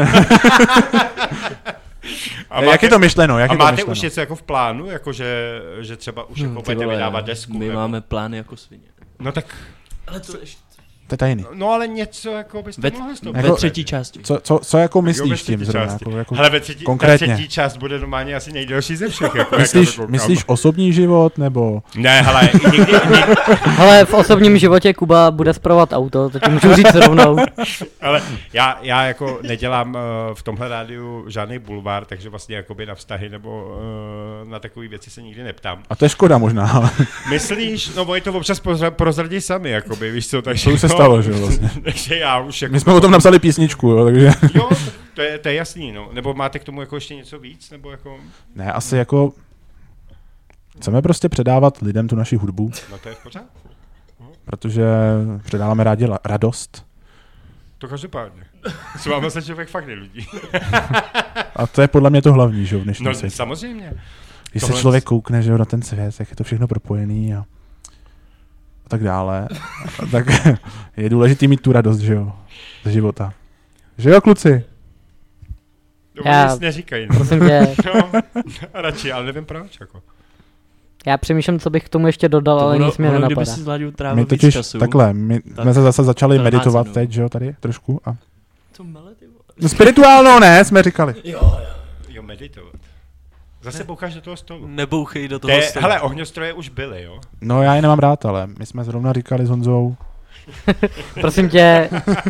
A jak je to myšleno? Jak a je to máte myšleno? už něco jako v plánu, jako že, že třeba už jako Hm, ty budete vole, vydávat desku? My nebo? máme plány jako svině. No tak, Ale to ještě... To je tajný. no ale něco jako byste Ve, mohli s toho ve Jako- třetí části. Co, co, co jako Jo, ve myslíš třetí tím zrovna? části. Jako, jako, Hele, ve třetí, konkrétně. ta třetí část bude normálně asi nejdelší ze všech. Jako, myslíš, jak já to koukám. myslíš osobní život, nebo... Ne, hele, nikdy, nikdy, Ale v osobním životě Kuba bude spravovat auto, to ti můžu říct rovnou. ale já, já jako nedělám uh, v tomhle rádiu žádný bulvár, takže vlastně jakoby na vztahy nebo uh, na takové věci se nikdy neptám. A to je škoda možná, ale Myslíš? No oni to občas prozra- prozradí sami, jakoby, víš co, takže... to už se no, stalo, že jo, vlastně. Takže já už jako... My jsme o tom napsali písničku, jo, takže... Jo, to je, to je jasný, no. Nebo máte k tomu jako ještě něco víc, nebo jako... Ne, asi jako... Chceme prostě předávat lidem tu naši hudbu, No to je v pořádku. protože předáváme rádi la- radost. To každopádně. S váma se člověk fakt neludí. A to je podle mě to hlavní, že jo, v dnešním No světě. samozřejmě. Když se tohle- člověk koukne, že jo, na ten svět, jak je to všechno propojený a, a tak dále, a tak je důležitý mít tu radost, že jo, ze života. Že jo, kluci? No, Já- oni nic neříkají. No. Prosím tě, No, radši, ale nevím proč, jako. já přemýšlím, co bych k tomu ještě dodal, ale nic mě kdyby nenapadá. si s Láďou My trávil víc totiž času. takhle, my tak jsme se zase začali to meditovat nemá cenu. teď, že jo, tady trošku. A... Co mele, ty vole? No, spirituálno ne, jsme říkali. Jo, jo. Jo, meditovat. Zase boucháš do toho stolu. Nebouchej do To toho je, stolu. hele, ohňostroje už byly, jo? No já je nemám rád, ale my jsme zrovna říkali s Honzou. Prosím tě,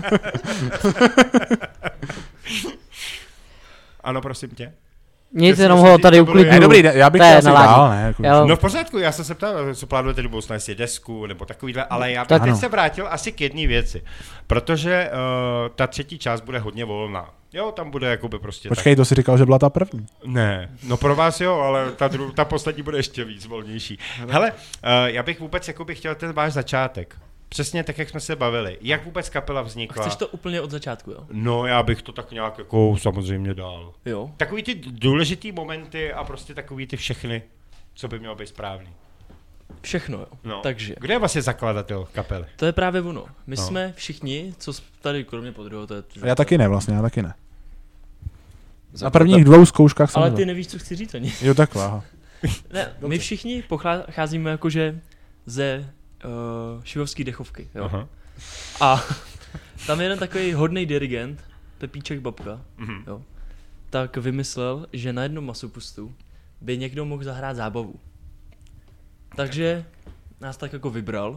Ano, prosím tě. nic, Že jenom si ho myslíš, tady to bylo- uklidňuju. Ne, dobrý, já bych To je chtěl asi na ládí. dál, ne? Jako, Jo. No v pořádku, já jsem se ptal, co plánujete do budoucna, jestli desku nebo takovýhle, ale já bych Tak- teď Ano. se vrátil asi k jedné věci, protože uh, ta třetí část bude hodně volná. Jo, tam bude jakoby prostě Počkej, to si říkal, že byla ta první. tak. Ne, no pro vás jo, ale ta, dru- ta poslední bude ještě víc volnější. Hele, uh, já bych vůbec jakoby chtěl ten váš začátek. Přesně tak, jak jsme se bavili. Jak vůbec kapela A vznikla? chceš to úplně od začátku, jo? No, já bych to tak nějak jako samozřejmě dal. Jo. Takový ty důležitý momenty a prostě takový ty všechny, co by mělo být správný. Všechno, jo. No. Takže, Kdo je vlastně zakladatel kapely? to je právě ono. My No. jsme všichni, co s- tady kromě podruhého, to je... Já taky ne vlastně, já taky ne. Na Zaklada- prvních dvou zkouškách jsem Ale byl. ty nevíš, co chci říct ani. Jo, takhle, aha. Ne, my všichni pocházíme jakože ze uh, šivovský dechovky, jo. Aha. A tam jeden takový hodný dirigent, Pepíček Babka, Mhm. jo, tak vymyslel, že na jednom masopustu by někdo mohl zahrát zábavu. Takže nás tak jako vybral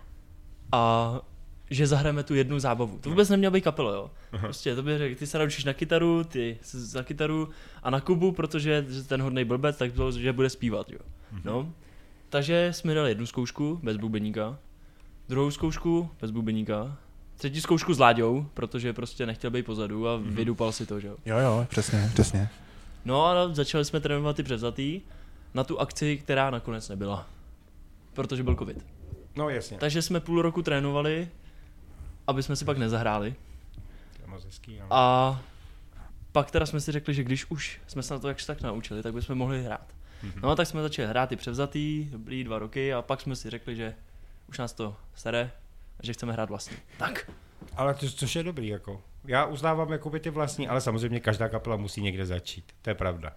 a že zahrajeme tu jednu zábavu. To vůbec nemělo být kapela, jo. Prostě to by řekl, ty se naučíš na kytaru, ty se za kytaru a na Kubu, protože že ten hodnej blbec, tak bylo, že bude zpívat, jo. No. Takže jsme dali jednu zkoušku bez bubeníka, druhou zkoušku bez bubeníka, třetí zkoušku s Láďou, protože prostě nechtěl být pozadu a vydupal si to, že jo. Jo, jo, přesně, přesně. No a začali jsme trénovat ty převzatý na tu akci, která nakonec nebyla. Protože byl covid. No jasně. Takže jsme půl roku trénovali, aby jsme si pak nezahráli. To je moc hezký, no. A pak teda jsme si řekli, že když už jsme se na to jakž tak naučili, tak bychom mohli hrát. No a tak jsme začali hrát ty převzatý, dobrý dva roky a pak jsme si řekli, že už nás to sere a že chceme hrát vlastní. Tak. Ale to, což je dobrý, jako. Já uznávám jakoby ty vlastní, ale samozřejmě každá kapela musí někde začít. To je pravda.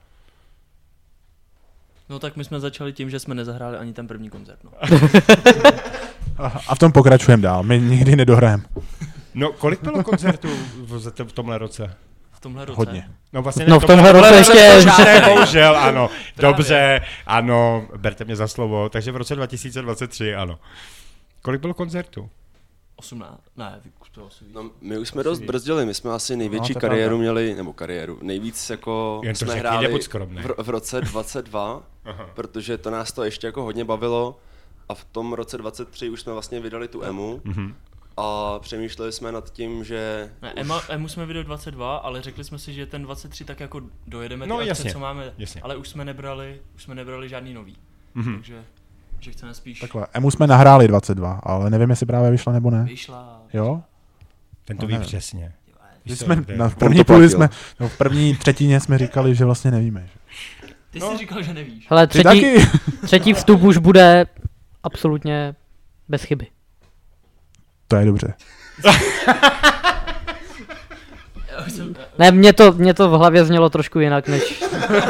No tak my jsme začali tím, že jsme nezahráli ani ten první koncert. No. A, a v tom pokračujeme dál, my nikdy nedohrajeme. No, kolik bylo koncertů v, v tomhle roce? V tomhle roce? Hodně. No, vlastně No v tomhle roce ještě... Ne, bohužel, ano. Dobře, ano, berte mě za slovo. Takže v roce dva tisíce dvacet tři, ano. Kolik bylo koncertů? osmnáct, ne, už to asi víc. No, my už jsme dost brzdili, my jsme asi největší No, kariéru pravda. měli, nebo kariéru, nejvíc jako Jen to jsme řekni, hráli nebuď skromnej. v, v roce dvacet dva, protože to nás to ještě jako hodně bavilo a v tom roce dvacet tři už jsme vlastně vydali tu emu Mhm. a přemýšleli jsme nad tím, že Ne, Ema, Emu jsme vydali dvacet dva, ale řekli jsme si, že ten dvacet tři tak jako dojedeme ty No, akce, jasně, co máme, jasně. ale už jsme nebrali, už jsme nebrali žádný nový. Mhm. Takže že chceme spíš Takhle, Emu jsme nahráli dvacet dva, ale nevím, jestli právě vyšla nebo ne. vyšla. Jo? Ten to No, ví nevím. přesně. My Víš co, jsme, to je- na, v On první to půli platil. jsme, no, v první třetině jsme říkali, že vlastně nevíme. Že? Ty No. jsi říkal, že nevíš. Hele, Ty třetí, taky? třetí vstup už bude absolutně bez chyby. To je dobře. Já už jsem, Ne, mě to, mě to v hlavě znělo trošku jinak, než...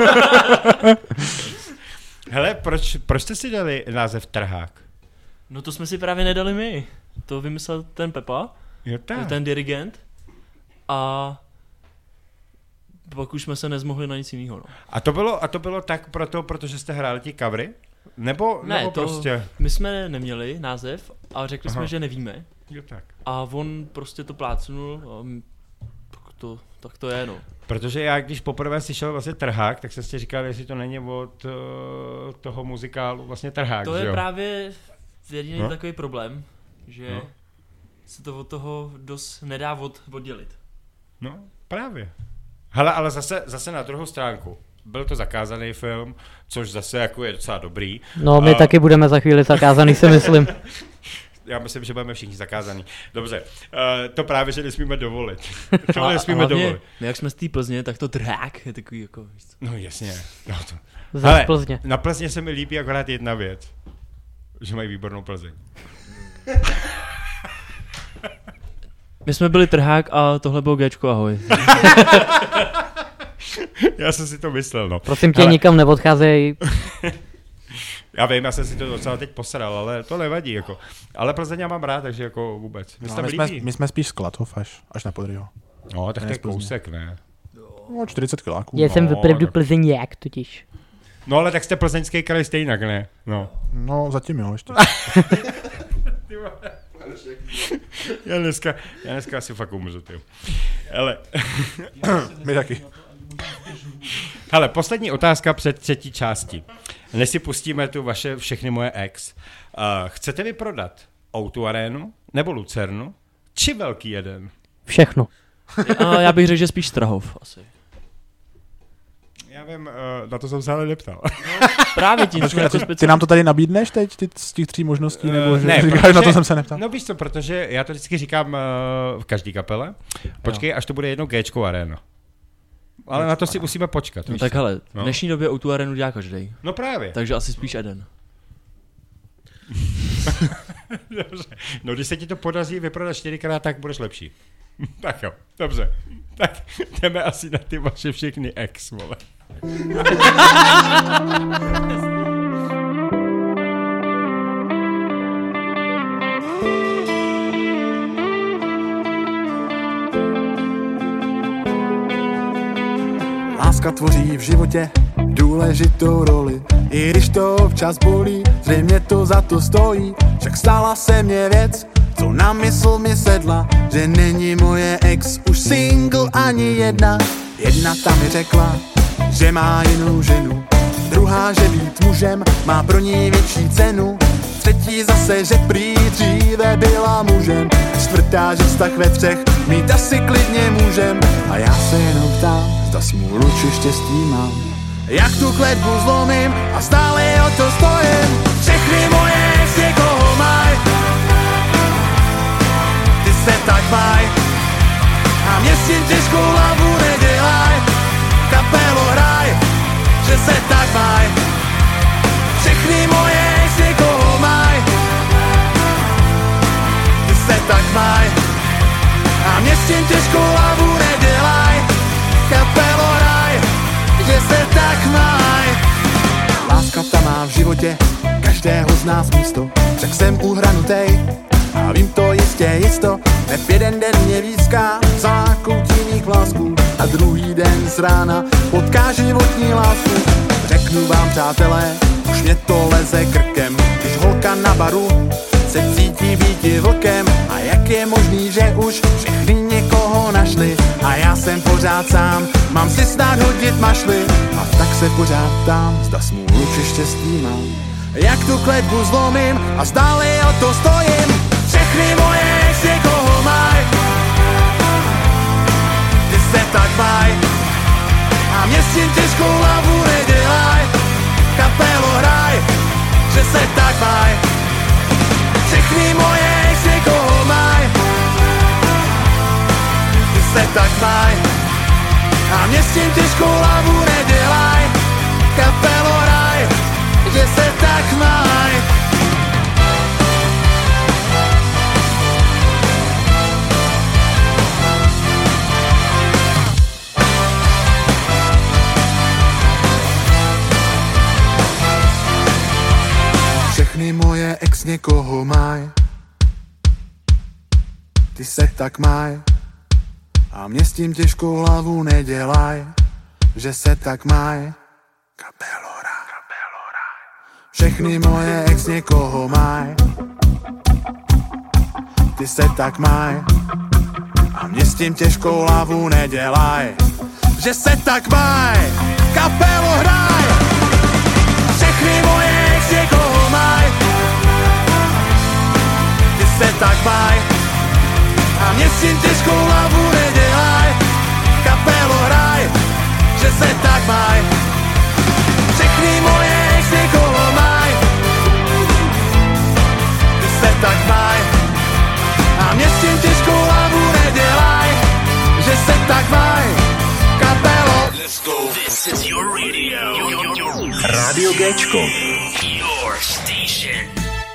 Hele, proč, proč jste si dali název Trhák? no to jsme si právě nedali my. To vymyslel ten Pepa, Jo, tak. ten dirigent. A pak už jsme se nezmohli na nic jiného. No. A to bylo, a to bylo tak proto, protože jste hráli ti covery? Nebo, Ne, nebo to prostě? my jsme neměli název a řekli Aha. jsme, že nevíme. Jo, tak. A on prostě to plácnul a m- tak to, tak to je, no. Protože já, když poprvé slyšel vlastně Trhák, tak jsem si říkal, jestli to není od uh, toho muzikálu vlastně Trhák, To že je jo? právě jediný No. takový problém, že No. se to od toho dost nedá od, oddělit. No, právě. Hele, ale zase, zase na druhou stránku. Byl to zakázaný film, což zase jako je docela dobrý. No, my A- taky budeme za chvíli zakázaný, si myslím. Já myslím, že budeme všichni zakázaný. Dobře, uh, to právě, že nesmíme dovolit. to A- a nesmíme hlavně, dovolit. my jak jsme z té Plzně, tak to drák je takový jako, víš co. No jasně. No to. Za Hele, Plzně. na Plzně se mi líbí akorát jedna věc. Že mají výbornou Plzeň. My jsme byli trhák a tohle bylo Géčko, ahoj. Já jsem si to myslel, no. Prosím tě, Hele. nikam neodcházej. Já vím, já jsem si to docela teď posral, ale to nevadí, jako. Ale Plzeň já mám rád, takže jako vůbec. Mně se No, tam my, jsme, líbí. my jsme spíš z Klatov až, až na Podryho. No, tak to Ne, je z Plzně. kousek, ne? No, čtyřicet kiláků. Já jsem No, opravdu tak- Plzeňák totiž. No, ale tak jste plzeňský kraj stejnak, ne? No. No, zatím jo, ještě. Já dneska, já dneska asi fakt umřu, ty. Hele, My taky. hele, poslední otázka před třetí části. Než si pustíme tu vaše všechny moje ex. Uh, chcete vyprodat ó dva Arénu, nebo Lucernu, či Velký jeden? Všechno. A já bych řekl, že spíš Strahov asi. Já vím, uh, na to jsem se ale neptal. Právě tím jsme Počkej, a jako ty, ty speciální. nám to tady nabídneš teď, ty z těch tří možností, nebo Eh, že ne, říkáš, protože- na to jsem se neptal? No víš co, protože já to vždycky říkám uh, v každý kapele. Počkej, až to bude jednou Géčko Arena. Ale na to si musíme počkat. No víš tak co? hele, v No. dnešní době o tu arenu dělá každý. No právě. Takže asi spíš Eden. Dobře. No když se ti to podaří vyprodat čtyřikrát, tak budeš lepší. Tak jo, dobře. Tak jdeme asi na ty vaše všechny ex, vole. Láska tvoří v životě důležitou roli, i když to občas bolí, zřejmě to za to stojí. Však stala se mně věc, co na mysl mi sedla, že není moje ex už single ani jedna. Jedna ta mi řekla, že má jinou ženu, druhá, že být mužem má pro ní větší cenu, třetí zase, že prý dříve byla mužem, čtvrtá, že vztah ve třech mít asi klidně můžem. A já se jenom ptám, zda smůlu či štěstí mám. Jak tu kletbu zlomím a stále o to stojím. Všechny moje ex někoho maj, ty se tak maj, a mě s tím těžkou hlavu nedělaj. Kapelo hraj, že se tak maj. Všechny moje ex někoho maj, ty se tak maj, a mě s tím těžkou hlavu nedělaj. Kapelo hraj, že se tak maj. Láska ta má v životě každého z nás místo, však jsem uhranutej A vím to jistě jisto, neb jeden den mě výská zákoutí mých vlásků a druhý den z rána potká životní lásku. Řeknu vám, přátelé, už mě to leze krkem, když holka na baru se cítí býti vlkem. A jak je možný, že už všichni někoho našli a já jsem pořád sám, mám si snad hodit mašly. A tak se pořád ptám, zda smůlu či štěstí mám, jak tu kletbu zlomím a zdále o to stojím. Všechny moje ex někoho maj, ty se tak maj a mě s tím těžkou hlavu nedělaj. Kapelo hraj, že se tak maj. Všechny moje ex někoho maj, ty se tak maj a mě s tím těžkou hlavu nedělaj. Kapelo hraj, že se tak maj. Všechny moje ex někoho maj, ty se tak maj a mě s tím těžkou hlavu nedělaj, že se tak maj. Kapelo raj. Všechny moje ex někoho maj, ty se tak maj a mě s tím těžkou hlavu nedělaj, že se tak maj. Kapelo hraj. Všechny moje ex někoho maj, ty se tak maj a mě s tím těžkou hlavu nedělaj. Kapelo hraj, že se tak maj. Všechny moje ex někoho maj, ty se tak maj a mě s tím těžkou hlavu nedělaj, že se tak maj. Kapelo. Let's go. This is your radio. Rádio Géčko. Your station.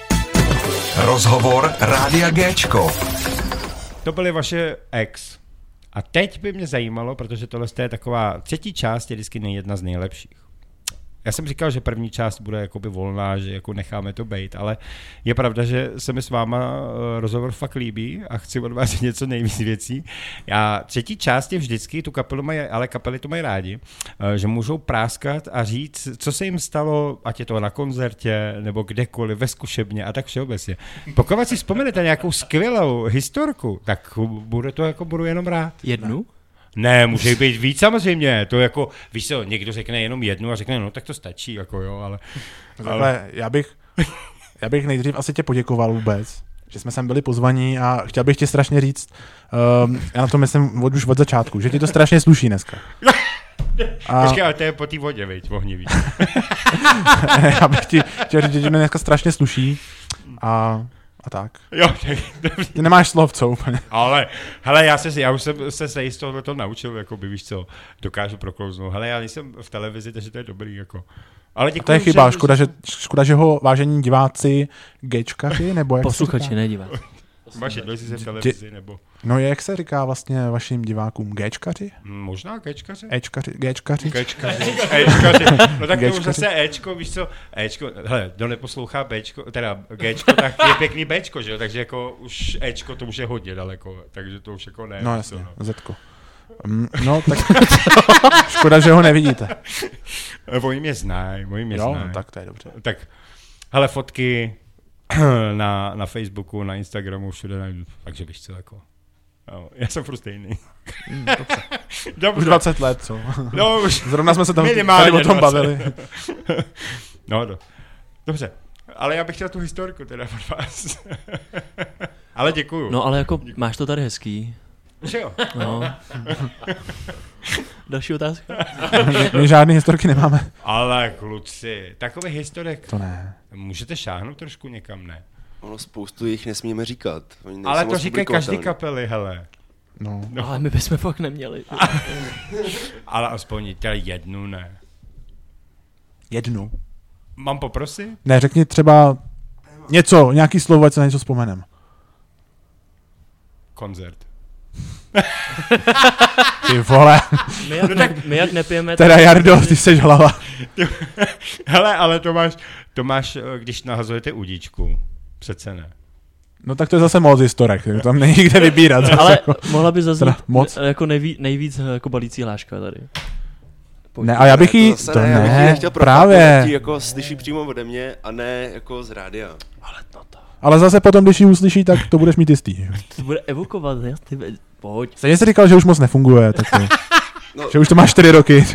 Rozhovor Rádia Géčko. To byly vaše ex. A teď by mě zajímalo, protože tohle je taková třetí část, je vždycky jedna z nejlepších. Já jsem říkal, že první část bude jakoby volná, že jako necháme to bejt, ale je pravda, že se mi s váma rozhovor fakt líbí a chci od vás něco nejvíc věcí. Já třetí část je vždycky, tu kapelu mají, ale kapely to mají rádi, že můžou práskat a říct, co se jim stalo, ať je to na koncertě, nebo kdekoliv, ve zkušebně a tak všeobecně. Pokud si vzpomenete nějakou skvělou historku, tak bude to jako budu jenom rád. Jednu? Ne, může být víc samozřejmě, to jako, víš co, někdo řekne jenom jednu a řekne, no tak to stačí, jako jo, ale... ale... Já, bych, já bych nejdřív asi tě poděkoval vůbec, že jsme sem byli pozvaní a chtěl bych ti strašně říct, um, já na to myslím od, už od začátku, že ti to strašně sluší dneska. A... Počkej, ale to je po té vodě, viď, ohnivý. Já bych ti chtěl říct, že ti dneska strašně sluší a... A tak. Jo, tak... Ty nemáš slov, co úplně. Ale, hele, já, se, já už jsem se se z tohoto naučil, jako by, víš co, dokážu proklouznout. Hele, já nejsem v televizi, takže to je dobrý, jako. Ale děkuji, to je chyba, že... škoda, že, škoda, že ho vážení diváci, gečkaři, nebo jak posluchači, ne diváci. Máš jedno, jestli jsi v televizi, nebo... No jak se říká vlastně vašim divákům, géčkaři? Možná géčkaři? Ečkaři, géčkaři. Géčkaři. Ečkaři. No tak to už zase Ečko, víš co, Ečko, hele, kdo neposlouchá Bčko, teda Géčko, tak je pěkný Bčko, že jo, takže jako už Ečko to už je hodně daleko, takže to už jako ne. No jasně, no. Zetko. Um, no tak škoda, že ho nevidíte. Oni mě znají, oni mě jo, znají. No, tak to je dobře. Tak, hele, fotky na, na Facebooku, na Instagramu, všude najdu, takže víš co, jako. No, já jsem furt stejný. Mm, dobře. dobře. Už dvacet let, co? No, už zrovna jsme se tam tady o tom bavili. No, do. Dobře. Ale já bych chtěl tu historiku teda od vás. Ale děkuju. No, ale jako děkuju. Máš to tady hezký. Že jo? No. Další otázka? my, my žádný historky nemáme. Ale kluci, takový historik. To ne. Můžete šáhnout trošku někam, ne? Ono spoustu jich nesmíme říkat. Oni ale to říkají každý kapely, hele. No. no. Ale my bychom fakt neměli. Ale aspoň teda jednu, ne. Jednu? Mám poprosit? Ne, řekni třeba něco, nějaký slovo, ať se na něco vzpomenem. Koncert. Ty vole. My jak, ne, my jak nepijeme... Teda Jardo, ty seš hlava. Hele, ale to máš, to máš, když nahazujete udíčku. Přece ne. No tak to je zase moc historek, tam není kde vybírat. Ale jako, mohla by zaznít moc. jako nejví, nejvíc jako balící hláška tady. Pojď. Ne, a já bych jí... To, zase to ne, ne, já bych jí nechtěl právě. Ti jako slyší přímo ode mě a ne jako z rádia. Ale no to. Ale zase potom, když ji uslyší, tak to budeš mít jistý. To bude evokovat, jasný, pojď. Stejně jsi říkal, že už moc nefunguje, tak to, no. Že už to máš čtyři roky.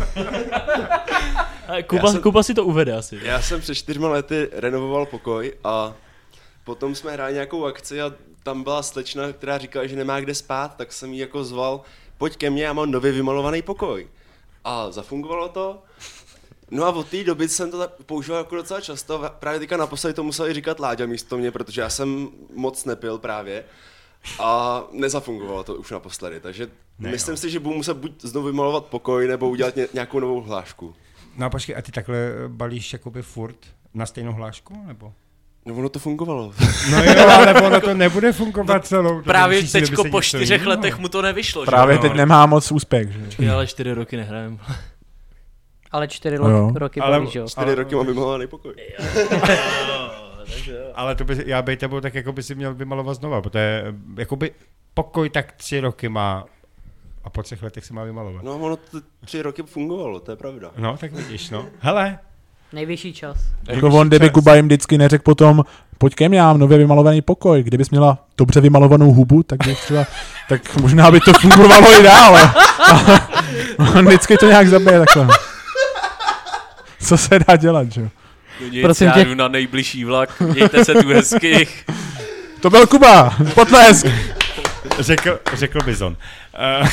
Kuba, jsem, Kuba si to uvede asi. Já jsem před čtyřma lety renovoval pokoj a potom jsme hráli nějakou akci a tam byla slečna, která říkala, že nemá kde spát, tak jsem jí jako zval, pojď ke mně, já mám nově vymalovaný pokoj. A zafungovalo to. No a od té doby jsem to používal jako docela často, právě teďka naposledy to museli říkat Láďa místo mě, protože já jsem moc nepil právě a nezafungovalo to už naposledy, takže ne, myslím jo. si, že budu muset buď znovu vymalovat pokoj, nebo udělat ně, nějakou novou hlášku. No a počkej, a ty takhle balíš jakoby furt na stejnou hlášku, nebo? No ono to fungovalo. No jo, ale ono to nebude fungovat no, celou. Právě teďko po čtyřech letech mu to nevyšlo. Právě že? teď nemá moc úspěch. Že? Počkej, ale čtyři roky nehrajem. Ale čtyři no, roky balíš, jo. Čtyři ale... roky mám vymalovaný pokoj. Ale to by, já bej tebou tak jako by si měl vymalovat znova, protože jakoby pokoj tak tři roky má a po třech letech se má vymalovat. No ono to tři roky fungovalo, to je pravda. No, tak vidíš, no. Hele. Nejvyšší čas. Jako on, kdyby Kuba jim vždycky neřekl potom, pojď ke mně, já mám nově vymalovaný pokoj. Kdybys měla dobře vymalovanou hubu, tak bych třeba, tak možná by to fungovalo i dál. On vždycky to nějak zabije takhle. Co se dá dělat, že jo? No nic, prosím já tě. Jdu na nejbližší vlak, mějte se tu hezky. To byl Kuba, potlesk. Řekl, řekl Bizon. Uh,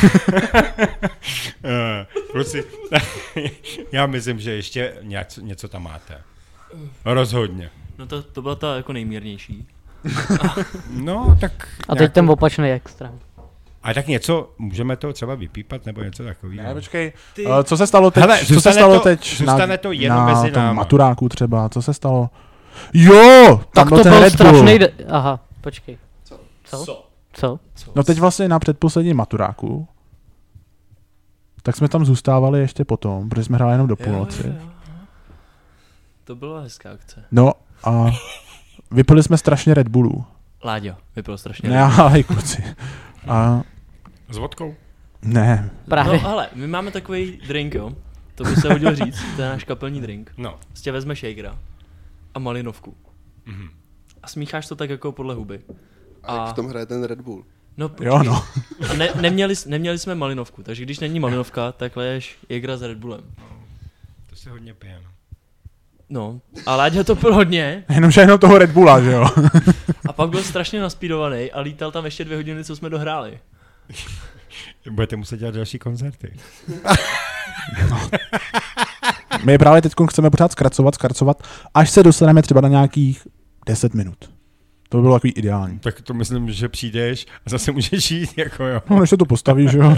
uh, já myslím, že ještě něco, něco tam máte. Rozhodně. No to, to byla ta jako nejmírnější. No, tak... A teď nějakou... ten opačný extrém. A tak něco, můžeme to třeba vypípat, nebo něco takového. Ne, počkej, Ty... uh, co se stalo teď? Hele, co se stalo to, teď na, to jenom na mezi tom náma. maturáku třeba, co se stalo? Jo, tam tak byl to ten byl Red strašný de- Aha, počkej. Co? Co? Co? Co? No teď vlastně na předposlední maturáku, tak jsme tam zůstávali ještě potom, protože jsme hráli jenom do půlnoci. Jo, jo, jo. To byla hezká akce. No a vypili jsme strašně Red Bullů. Láďo, vypil strašně Ne, ale i kluci. A... S vodkou? Ne. Právě. No ale my máme takový drink, jo. To by se hodilo říct, to je náš kapelní drink. No. Prostě vezmeš shakera a malinovku. Mhm. A smícháš to tak jako podle huby. A, a jak v tom hraje ten Red Bull? No, jo, no. A ne, neměli, neměli jsme malinovku, takže když není malinovka, tak leješ Jägera s Red Bullem. No, to se hodně pije, no. No, a Láďa to pil hodně. Jenomže jenom toho Red Bulla, že jo. A pak byl strašně naspídovaný a lítal tam ještě dvě hodiny, co jsme dohráli. Budete muset dělat další koncerty. No. My právě teď chceme pořád zkracovat, zkracovat, až se dostaneme třeba na nějakých deset minut. To by bylo takový ideální. Tak to myslím, že přijdeš a zase můžeš jít, jako jo. No, než se to postavíš, jo.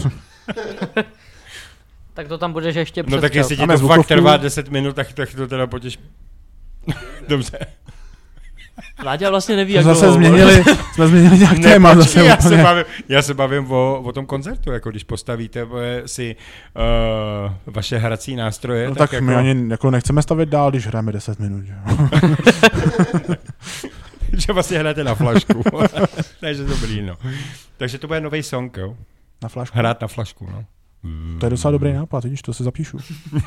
Tak to tam budeš ještě přes No tak jestli ti to fakt trvá deset minut, tak, tak to teda potěž... Dobře. Láďa vlastně neví, to jak zase dlouho. změnili, jsme změnili nějak ne, téma. Počkej, zase já, úplně. se bavím, já se bavím o, o tom koncertu, jako když postavíte si uh, vaše hrací nástroje. No tak, tak jako... my ani jako nechceme stavit dál, když hrajeme deset minut, že jo. Že vlastně hrajete na flašku. Takže dobrý, no. Takže to bude nový song, jo? Na flašku? Hrát na flašku, no. To je docela dobrý nápad, vidíš, to si zapíšu.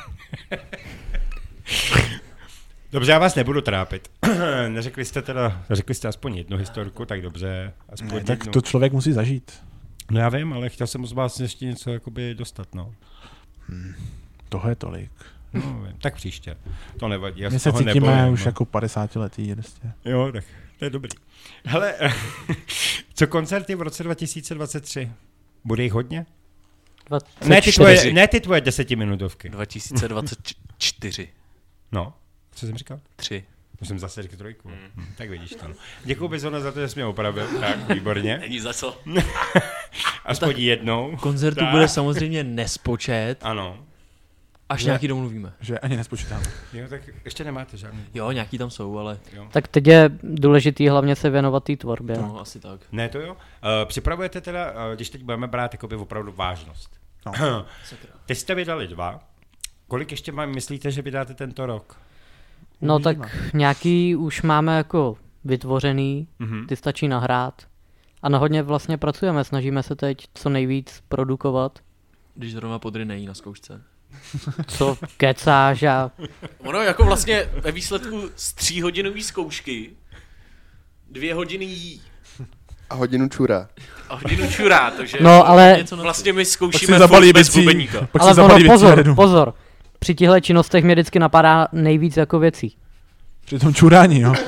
Dobře, já vás nebudu trápit. Neřekli jste teda, řekli jste aspoň jednu historku, tak dobře. Aspoň Ne, jednu. tak to člověk musí zažít. No já vím, ale chtěl jsem z vás ještě něco jakoby dostat, no. Hmm. Toho je tolik. No, vím. Tak příště. To nevadí. Já My z se toho cítíme nebojím, už no. jako padesátiletý. Prostě. Jo, tak to je dobrý. Hele, co koncerty v roce dva tisíce dvacet tři? Bude jich hodně? Ne ty, tvoje, ne ty tvoje desetiminutovky. dva tisíce dvacet čtyři. No, co jsem říkal? Tři. Musím zase říkat trojku. Hmm. Hm, tak vidíš to. Děkuji Bizona za to, že jsi mě opravil. Tak, výborně. Není za co. Aspoň no jednou. Koncertu tak. bude samozřejmě nespočet. Ano. Až že, nějaký domluvíme. Že ani nespočítáme. Jo, tak ještě nemáte žádný. Jo, nějaký tam jsou, ale... Jo. Tak teď je důležitý hlavně se věnovat té tvorbě. No, asi tak. Ne, to jo. Uh, připravujete teda, uh, když teď budeme brát jakoby opravdu vážnost. No. Teď jste vydali dva. Kolik ještě mám, myslíte, že vydáte tento rok? No tak nějaký už máme jako vytvořený, Mhm. ty stačí nahrát. A na hodně vlastně pracujeme, snažíme se teď co nejvíc produkovat. Když zrovna podry nejí na zkoušce. Co kecáš a... Ono jako vlastně ve výsledku z tříhodinové zkoušky dvě hodiny jí A hodinu čura. a hodinu čurá, takže No, ale, Něco na vlastně my Pak si zkoušíme zabalí furt bez věcí. bubeníka. Pak ale si ono, zabalí věcí a pozor, jedu. pozor. Při těchto činnostech mě vždycky napadá nejvíc jako věcí. Při tom čurání, jo.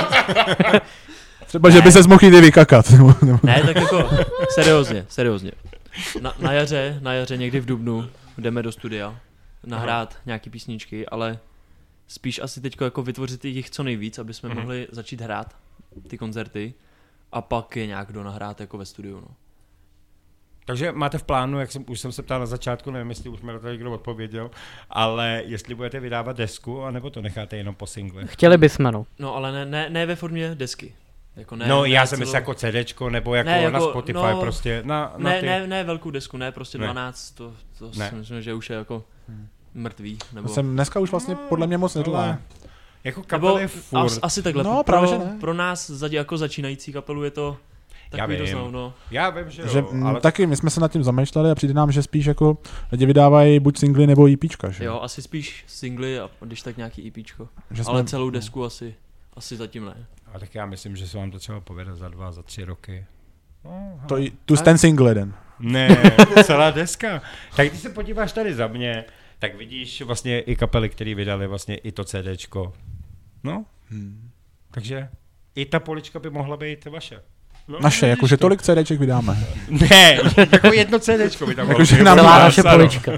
Třeba, že by se mohl jít i vykakat. nebo- nebo- Ne, tak jako seriózně, seriózně. Na, na jaře, na jaře někdy v dubnu jdeme do studia nahrát nějaký písničky, ale spíš asi teďko jako vytvořit jich co nejvíc, aby jsme Mhm. mohli začít hrát ty koncerty a pak je nějak do nahrát jako ve studiu, no. Takže máte v plánu, jak jsem, už jsem se ptal na začátku, nevím, jestli už mi na to někdo odpověděl, ale jestli budete vydávat desku, anebo to necháte jenom po singlech? Chtěli bychom, no. No ale ne, ne, ne ve formě desky. Jako ne, no ne já jsem celou- myslel jako CDčko, nebo jako, Ne, na jako, Spotify no, prostě, na, na Ne, ty... ne, ne velkou desku, ne, prostě Ne. dvanáct, to, to Ne. si myslím, že už je jako mrtvý, nebo... To jsem dneska už vlastně podle mě moc nedlá. Ale jako Nebo kapely as, furt. asi takhle, No, pro, právě že ne. pro nás za, jako začínající kapelu je to takový vím. dost, no. Já vím, že jo, Že, mm, ale taky my jsme se nad tím zamýšleli a přijde nám, že spíš jako lidi vydávají buď singly nebo EPčka, že? Jo, asi spíš singly a když tak nějaký EPčko, Že jsme, ale celou desku asi, asi zatím ne. a tak já myslím, že se vám to třeba povede za dva, za tři roky. No, to, i- tu ten single jeden. ne, celá deska. Tak když se podíváš tady za mě, tak vidíš vlastně i kapely, které vydali vlastně i to CDčko. No, Hmm. takže i ta polička by mohla být vaše. No, Naše, vidíš jakože to. tolik CDček vydáme. Ne, jako jedno CDčko by tam mohlo Jakože být. nám Celá to naše napsáno. polička.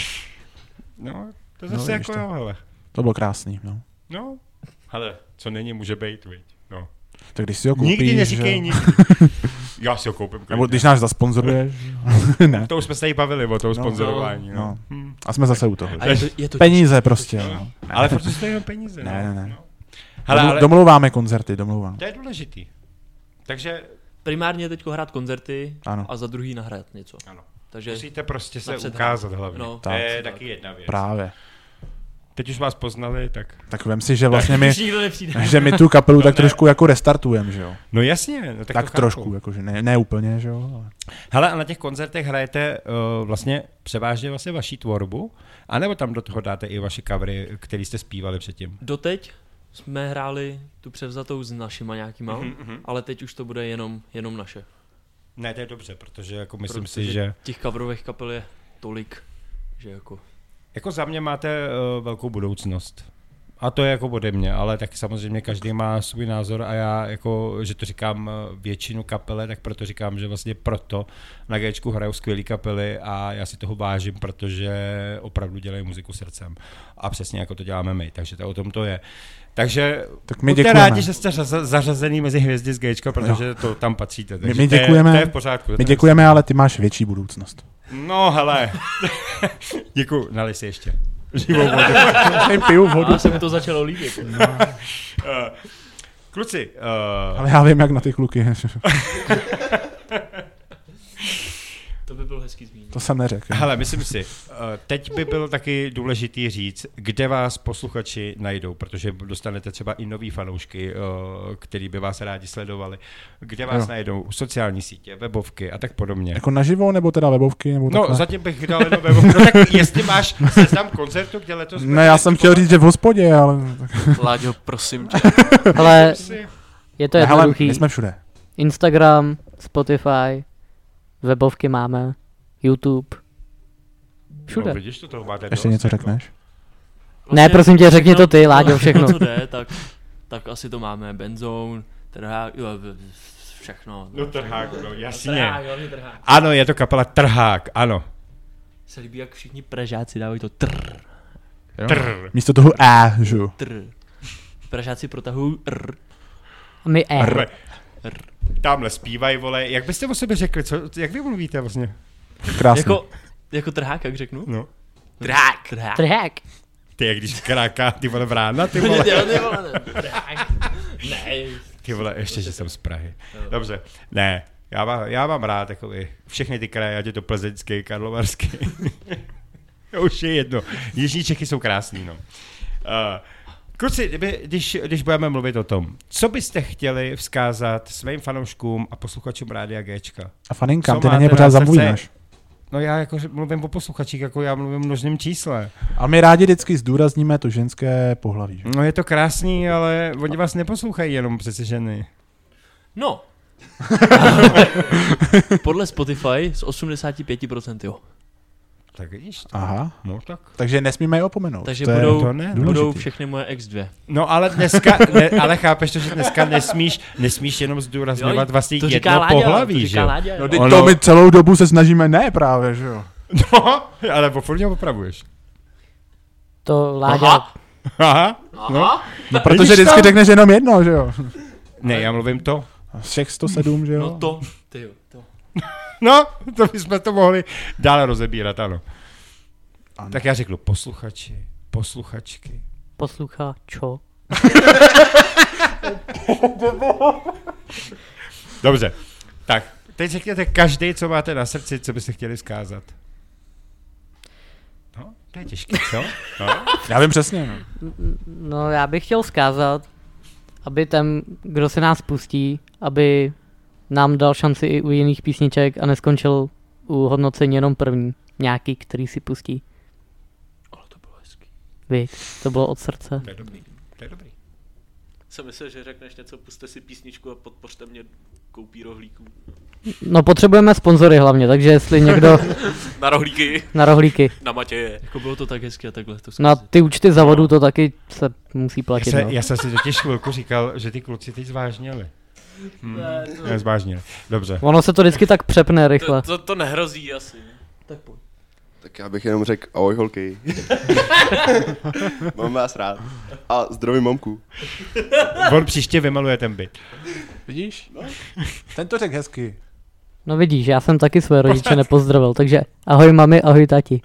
No, to No, zase vidíš jako to. jo, hele. To bylo krásný, no. No, ale co není, může být, viď. No. Tak když si ho koupíš, Nikdy neříkej že... nikdy. Já si ho koupím. Nebo klidně. když nás zasponzoruješ. ne. To už jsme se tady bavili o tom No, sponzorování. No, no. Hm. A jsme zase u toho. A je to, je to Peníze prostě, no. Ale protože to je jenom peníze. Ne, no. ne, ne. No. Hele, Domlu- ale Domlouváme koncerty, domlouvám. to je důležitý. Takže primárně teďko hrát koncerty Ano. a za druhý nahrát něco. Ano. Takže musíte prostě se napřed ukázat hlavně. No. To je Tak. taky jedna věc. Právě. Teď už vás poznali, tak... Tak vem si, že vlastně my, už nikdo nepřijde. že my tu kapelu tak trošku jako restartujeme, že jo. No jasně. No, tak Tak, to tak trošku, chápu. jakože ne, ne úplně, že jo. Ale... Hele, a na těch koncertech hrajete uh, vlastně převážně vlastně vaší tvorbu? A nebo tam do toho dáte i vaše covery, které jste zpívali předtím? Doteď jsme hráli tu převzatou s našima nějakýma, Mhm, mhm. ale teď už to bude jenom, jenom naše. Ne, to je dobře, protože jako myslím Protože si, že... těch coverových kapel je tolik, že jako... Jako za mě máte uh, velkou budoucnost. A to je jako ode mě, ale tak samozřejmě každý má svůj názor a já jako, že to říkám uh, většinu kapele, tak proto říkám, že vlastně proto na Gčku hrajou skvělý kapely a já si toho vážím, protože opravdu dělají muziku srdcem. A přesně jako to děláme my, takže to o tom to je. Takže Tak my buďte děkujeme. rádi, že jste řaza- zařazený mezi hvězdy z Gčka, protože to tam patříte. Takže my to je- děkujeme. To je v pořádku. My děkujeme, ale ty máš větší budoucnost. No hele, děkuju, nalej si ještě. Živou vodu. Jim piju vodu. A se mi to začalo líbit. Uh, kluci, uh, Ale já vím, jak na ty kluky. To by byl hezký zmínění. To jsem neřekl. hele, myslím si, uh, teď by bylo taky důležitý říct, kde vás posluchači najdou, protože dostanete třeba i nový fanoušky, uh, který by vás rádi sledovali. Kde vás Jo. najdou? Sociální sítě, webovky a tak podobně. Jako naživo, nebo teda webovky, nebo No, takhle? zatím bych dal jenom webovky. No tak jestli máš seznam koncertu, kde letos... Ne, já jsem chtěl říct, že v hospodě, ale... Láďo, prosím tě. Ale Si... je to Ne, hele, jednoduchý. my jsme všude. Instagram, Spotify, webovky máme, YouTube. Všude. No, vidíš, to toho máte Ještě dost, něco jako. řekneš? Ne, prosím tě, řekni to ty, Láďo, všechno. Co jde, tak, tak asi to máme. Benzone, trhák, jo, všechno. No trhák, no jasně. Trhák, hlavně trhák. Ano, je to kapela Trhák, ano. Se líbí, jak všichni Pražáci dávají to trr, Trr. Místo toho A, že jo. trr. Pražáci protahují r. A my R. Rr. Tamhle zpívají, vole. Jak byste o sobě řekli, co, jak vy mluvíte vlastně? Krásný. Jako, jako trhák, jak řeknu? No. Trhák. Trhák. Trhák. Ty, jak když kráká, ty vole vrána, ty Ty vole. vole, ty vole, trhák. Ne. Ty vole, ještě, že jsem z Prahy. Dobře, ne, já mám, já mám rád takový všechny ty kraje, ať je to plzeňský, karlovarský. To už je jedno. Jižní Čechy jsou krásný, no. Uh, Kluci, kdyby, když, když budeme mluvit o tom, co byste chtěli vzkázat svým fanouškům a posluchačům Rádia Géčka? A faninkám, Co ty na máte ně pořád na srdci? zamluvíš. No já jako že mluvím o posluchačích, jako já mluvím o množném čísle. A my rádi vždycky zdůrazníme to ženské pohlaví. Že? No je to krásný, ale oni vás neposlouchají jenom přece ženy. No. Podle Spotify z osmdesát pět procent jo. Tak vidíš to. Aha. No tak. Takže nesmíme je opomenout. Takže to je budou, to ne, budou důležitý. všechny moje ex dva. No ale dneska, ne, ale chápeš to, že dneska nesmíš, nesmíš jenom zdůrazňovat vlastně To říká jedno Láďa, to pohlaví, že říká jo? Láďa, No jo. teď Ono- to my celou dobu se snažíme, ne právě, že jo. No, ale furt mě opravuješ. To Láďa, Aha. Aha, no. No protože Vidíš vždycky to? řekneš jenom jedno, že jo. Ne, já mluvím to. Z všech sto sedm, že jo. No to, ty jo, to. No, to bychom to mohli dále rozebírat, ano. Ano. Tak já řeknu posluchači, posluchačky. posluchá, čo? Dobře, tak teď řekněte každý, co máte na srdci, co byste chtěli vzkázat. No, to je těžké, co? No. Já vím přesně. No. No já bych chtěl vzkázat, aby ten, kdo se nás pustí, aby nám dal šanci i u jiných písniček a neskončil u hodnocení jenom první. Nějaký, který si pustí. Ale to bylo hezký. Vy, to bylo od srdce. To je dobrý, to je dobrý. Jsem myslel, že řekneš něco, puste si písničku a podpořte mě koupí rohlíků. No potřebujeme sponzory hlavně, takže jestli někdo Na rohlíky, na rohlíky. na Matěje. Jako bylo to tak hezky a takhle to No a zkusím. ty účty za vodu to taky se musí Já, platit. se, No. já jsem si totiž chvilku říkal, že ty kluci teď zvážnili. Hmm. Ne, zvážnili. Dobře. Ono se to vždycky tak přepne To, rychle. to, to nehrozí asi. Tak pojď. Tak já bych jenom řekl ahoj holky. Mám vás rád. A zdravím mamku. On příště vymaluje ten byt. Vidíš? No. Ten to řekl hezky. No vidíš, já jsem taky své rodiče nepozdravil, takže ahoj mami, ahoj tati.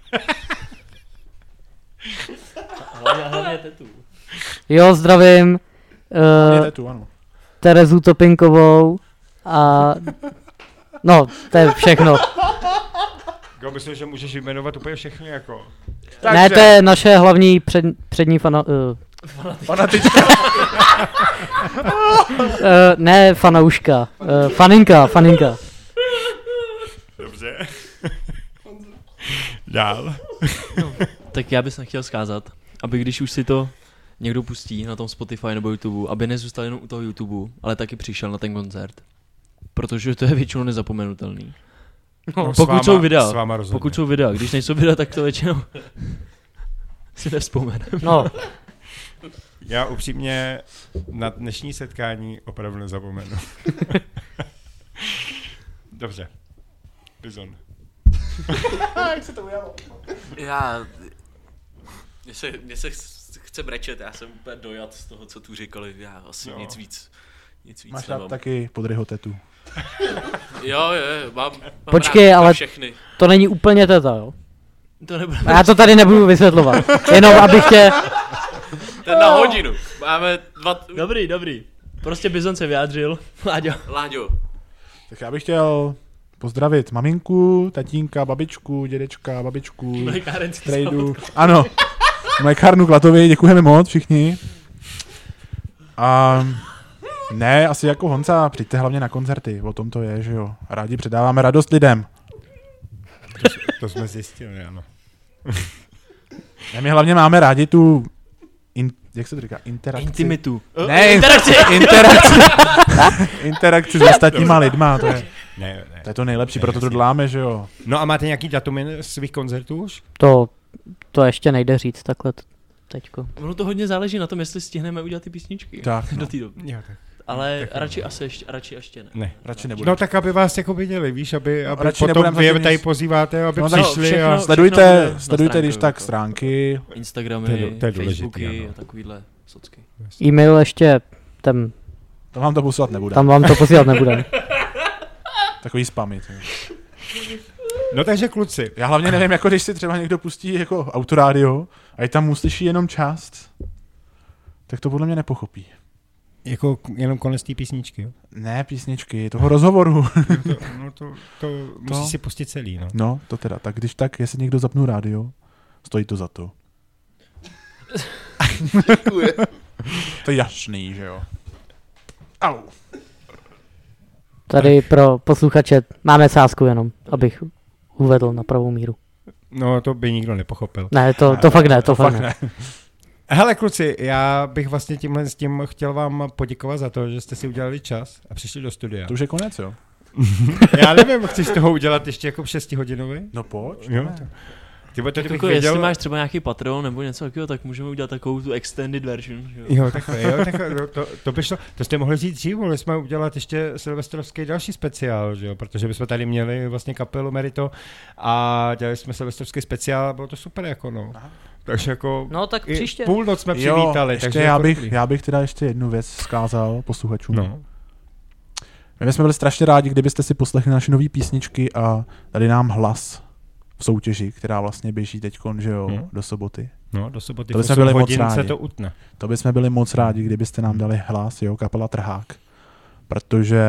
Hlavně, hlavně tetu. Jo, zdravím Je uh, tu, ano. Terezu Topinkovou a no, to je všechno. Já myslím, že můžeš jmenovat úplně všechny jako. Ne, to je naše hlavní před, přední fana... Uh, Fanatička. uh, ne, fanouška. Uh, faninka, faninka. Dobře. Dál. Tak já bych chtěl vzkázat, aby když už si to někdo pustí na tom Spotify nebo YouTube, aby nezůstal jenom u toho YouTube, ale taky přišel na ten koncert. Protože to je většinou nezapomenutelný. No, s Pokud váma- jsou videa, s váma rozhodně. pokud jsou videa, když nejsou videa, tak to většinou si nevzpomenem. No, Já upřímně na dnešní setkání opravdu nezapomenu. Dobře. Bizon. Já... Mně se, mně se chce brečet, já jsem úplně dojat z toho, co tu říkali, já asi Jo. nic víc, nic víc Máš nemám. rád taky podryho tetu. Jo, jo, mám, mám Počkej, rád ale- všechny. to není úplně teta, jo? To nebude. A já to tady nebudu vysvětlovat. Jenom abych tě... Ten na hodinu. Máme dva... Dobrý, dobrý. Prostě Bizon se vyjádřil. Láďo. Láďo, Tak já bych chtěl pozdravit maminku, tatínka, babičku, dědečka, babičku, Mlékárenský strejdu. Ano, mlékárnu Klatovi, děkujeme moc všichni. A ne, asi jako Honza, přijďte hlavně na koncerty, o tom to je, že jo. Rádi předáváme radost lidem. To jsme zjistili, ano. Ne, my hlavně máme rádi tu, in, jak se to říká, interakci. Intimitu. Ne, Interakci. interakci. interakci s ostatníma lidma, to je, Ne, ne. to je to nejlepší, Ne, proto to jasně. děláme, že jo. No a máte nějaký datumy svých koncertů už? To, to ještě nejde říct takhle t- teďko. Ono to hodně záleží na tom, jestli stihneme udělat ty písničky. Tak, no. Do té doby. Jo, tak. Ale Tak jo. radši asi ještě, radši ještě ne. Ne. Radši nebudu. No tak, aby vás jako viděli, víš, aby, aby radši potom nebudem vy je zatím tady nic. pozýváte, aby No, tak přišli všechno- a... všechno Sledujte, bude na sledujte když stránku, tak jako. stránky. Instagramy, To je dů- to je důležitý, Facebooky ano. a takovýhle socky. E-mail ještě, ten, To vám to posílat nebude. tam vám to posílat nebudem. Takový spamy. to je. No takže kluci, Já hlavně nevím, jako když si třeba někdo pustí jako autorádio a je tam uslyší jenom část, tak to podle mě nepochopí. jako k- jenom konec té písničky, jo? Ne písničky, toho rozhovoru. To, no to, to musí si pustit celý, no. No, to teda. Tak když tak, jestli někdo zapnu rádio, stojí to za to. Děkuji. To je jasný, že jo. Au. Tady pro posluchače máme sázku jenom, abych uvedl na pravou míru. No, to by nikdo nepochopil. Ne, to, to fakt ne, to fakt ne. Hele kluci, já bych vlastně tímhle s tím chtěl vám poděkovat za to, že jste si udělali čas a přišli do studia. To už je konec, jo? Já nevím, chceš z toho udělat ještě jako šestihodinový? No pojď. Jo. Ty to, tak jako věděl... jestli máš třeba nějaký Patreon nebo něco takového, tak můžeme udělat takovou tu extended version. Jo, jo takhle, jo, takhle, to, to by šlo, to jste mohli říct dřív, mohli jsme udělat ještě silvestrovský další speciál, že jo, protože bychom tady měli vlastně kapelu Merito a dělali jsme silvestrovský speciál a bylo to super jako no. Aha. Takže jako no, tak příště. Půlnoc jsme přivítali. Jo, ještě takže já, jako bych, já bych teda ještě jednu věc vzkázal posluchačům. No. My jsme byli strašně rádi, kdybyste si poslechli naše nové písničky a dali nám hlas v soutěži, která vlastně běží teďkon, že jo, hmm. do soboty. No, do soboty. To bychom byli moc se rádi. to utne. To bychom byli moc rádi, kdybyste nám dali hlas, jo, kapela Trhák. Protože...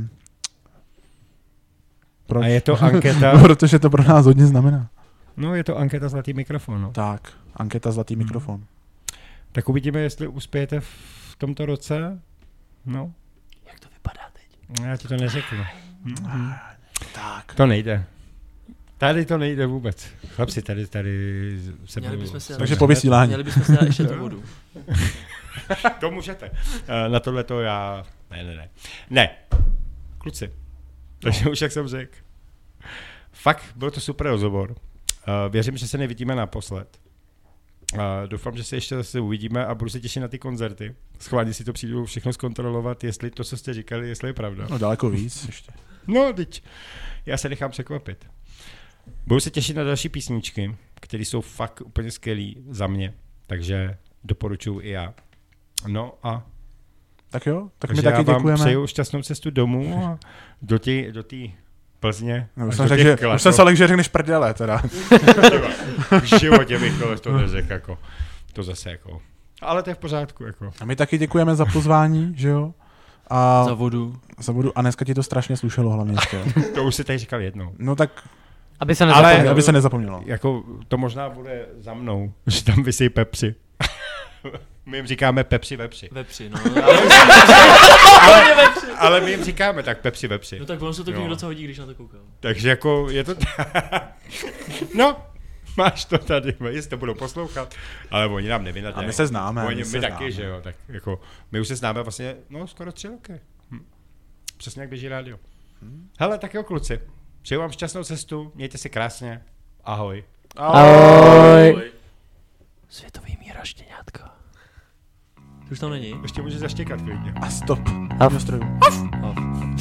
Proč? A je to anketa... Protože to pro nás hodně znamená. No, je to anketa Zlatý mikrofon, no. Tak, anketa Zlatý hmm. mikrofon. Tak uvidíme, jestli uspějete v tomto roce. No. Jak to vypadá teď? Já ti to neřeknu. Hmm. Tak. To nejde. Tady to nejde vůbec. Chlapci, tady, tady se budu... Takže po vysílání. Měli bychom si dát ještě tu vodu. To můžete. Na tohle to já... Ne, ne, ne. Ne. Kluci. Takže už jak jsem řekl. Fakt, byl to super rozhovor. Věřím, že se nevidíme naposled. Doufám, že se ještě zase uvidíme a budu se těšit na ty koncerty. Schválně si to přijdu všechno zkontrolovat, jestli to, co jste říkali, jestli je pravda. No daleko víc ještě. No, teď. Já se nechám překvapit. Budu se těšit na další písničky, které jsou fakt úplně skvělý za mě, takže doporučuji i já. No a tak jo, tak takže my taky já vám děkujeme. přeju šťastnou cestu domů a do té do Plzně. No, už jsem řekl, že, už jsem se ale, že řekneš prdele, teda. V životě bych to, to neřekl, jako, to zase jako, ale to je v pořádku, jako. A my taky děkujeme za pozvání, že jo? A za vodu. Za vodu. A dneska ti to strašně slušelo hlavně ještě. To už si tady říkal jednou. No tak... Aby se nezapomnělo. Ale aby se nezapomnělo. Jako, to možná bude za mnou, že tam visí Pepsi. My jim říkáme Pepsi vepři. Vepři, no. ale, ale my jim říkáme tak Pepsi vepři. No tak ono se to k ním docela hodí, když na to koukám. Takže jako je to... No, máš to tady, jestli to budou poslouchat, ale oni nám nevynadějí. A my se známe. Oni, my, my my taky, známe. Že jo, tak jako, my už se známe vlastně, no skoro tři roky. Hm. Přesně jak běží rádio. Hm. Hele, tak jo kluci, přeju vám šťastnou cestu, mějte se krásně, ahoj. Ahoj. Ahoj. Světový míra štěňátka. To už tam není? Ještě můžeš zaštěkat klidně. A stop. Af. Af.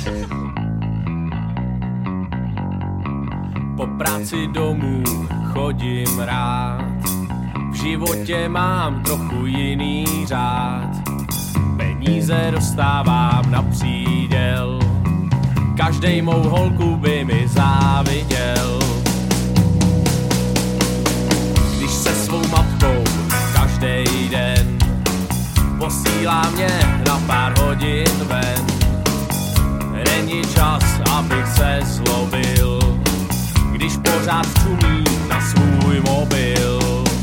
Po práci domů chodím rád, v životě mám trochu jiný řád. Peníze dostávám na příděl, každej mou holku by mi záviděl. Když se svou matkou každej den posílá mě na pár hodin ven, není čas, abych se zlobil, když pořád čumí na svůj mobil.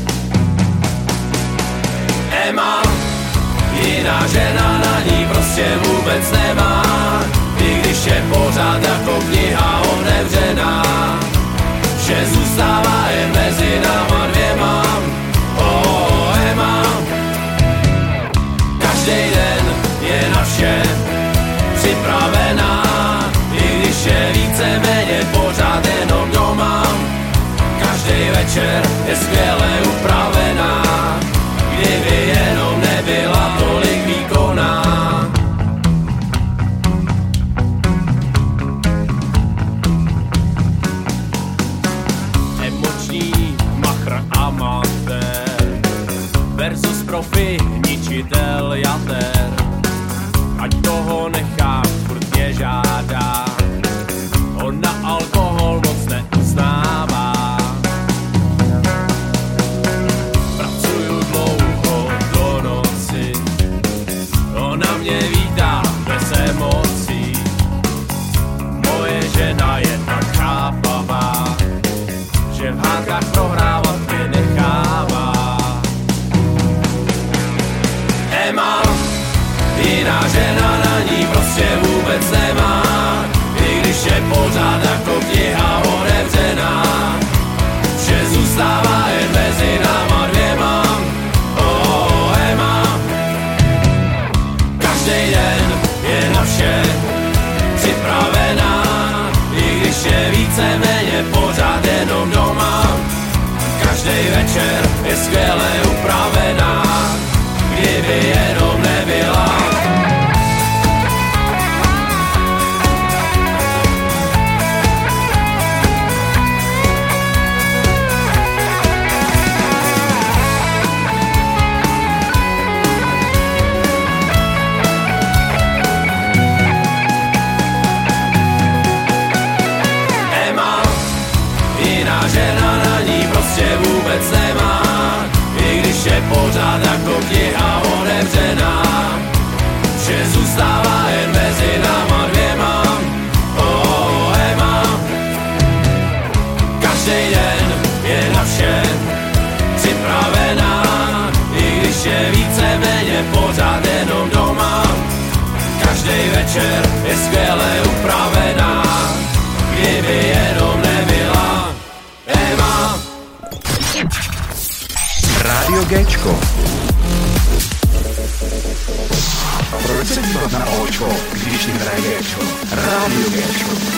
Nemám, jiná žena na ní prostě vůbec nemá, i když je pořád jako kniha otevřená, že zůstává jen mezi náma dvěma. Oh, nemám, každej den je na vše připravená, i když je víceméně pořád jenom doma. Každý večer je skvěle upravená, kdyby jenom nebyla tolik výkonná. Emoční machr amatér versus profi ničitel jater. Ať toho nechám, furt mě žádá, on na alkohol moc neuznává. Pracuju dlouho do noci, ona mě vítá bez emocí. Moje žena je tak chápavá, že v hádkách prohrávat mě nechává. Emma skvěle upravená, kdyby jenom nebyla. Žena na ní prostě vůbec nemá, i když je pořád jako kniha otevřená, že zůstává jen mezi náma dvěma. Oh, Emma, každý den je na vše připravená, i když je víceméně pořád jenom doma. Každý večer je skvěle upravená, kdyby jenom nebyla Emma. Rádio Géčko. Proč se dívat na Očko, když nehraje Géčko? Rádio Géčko.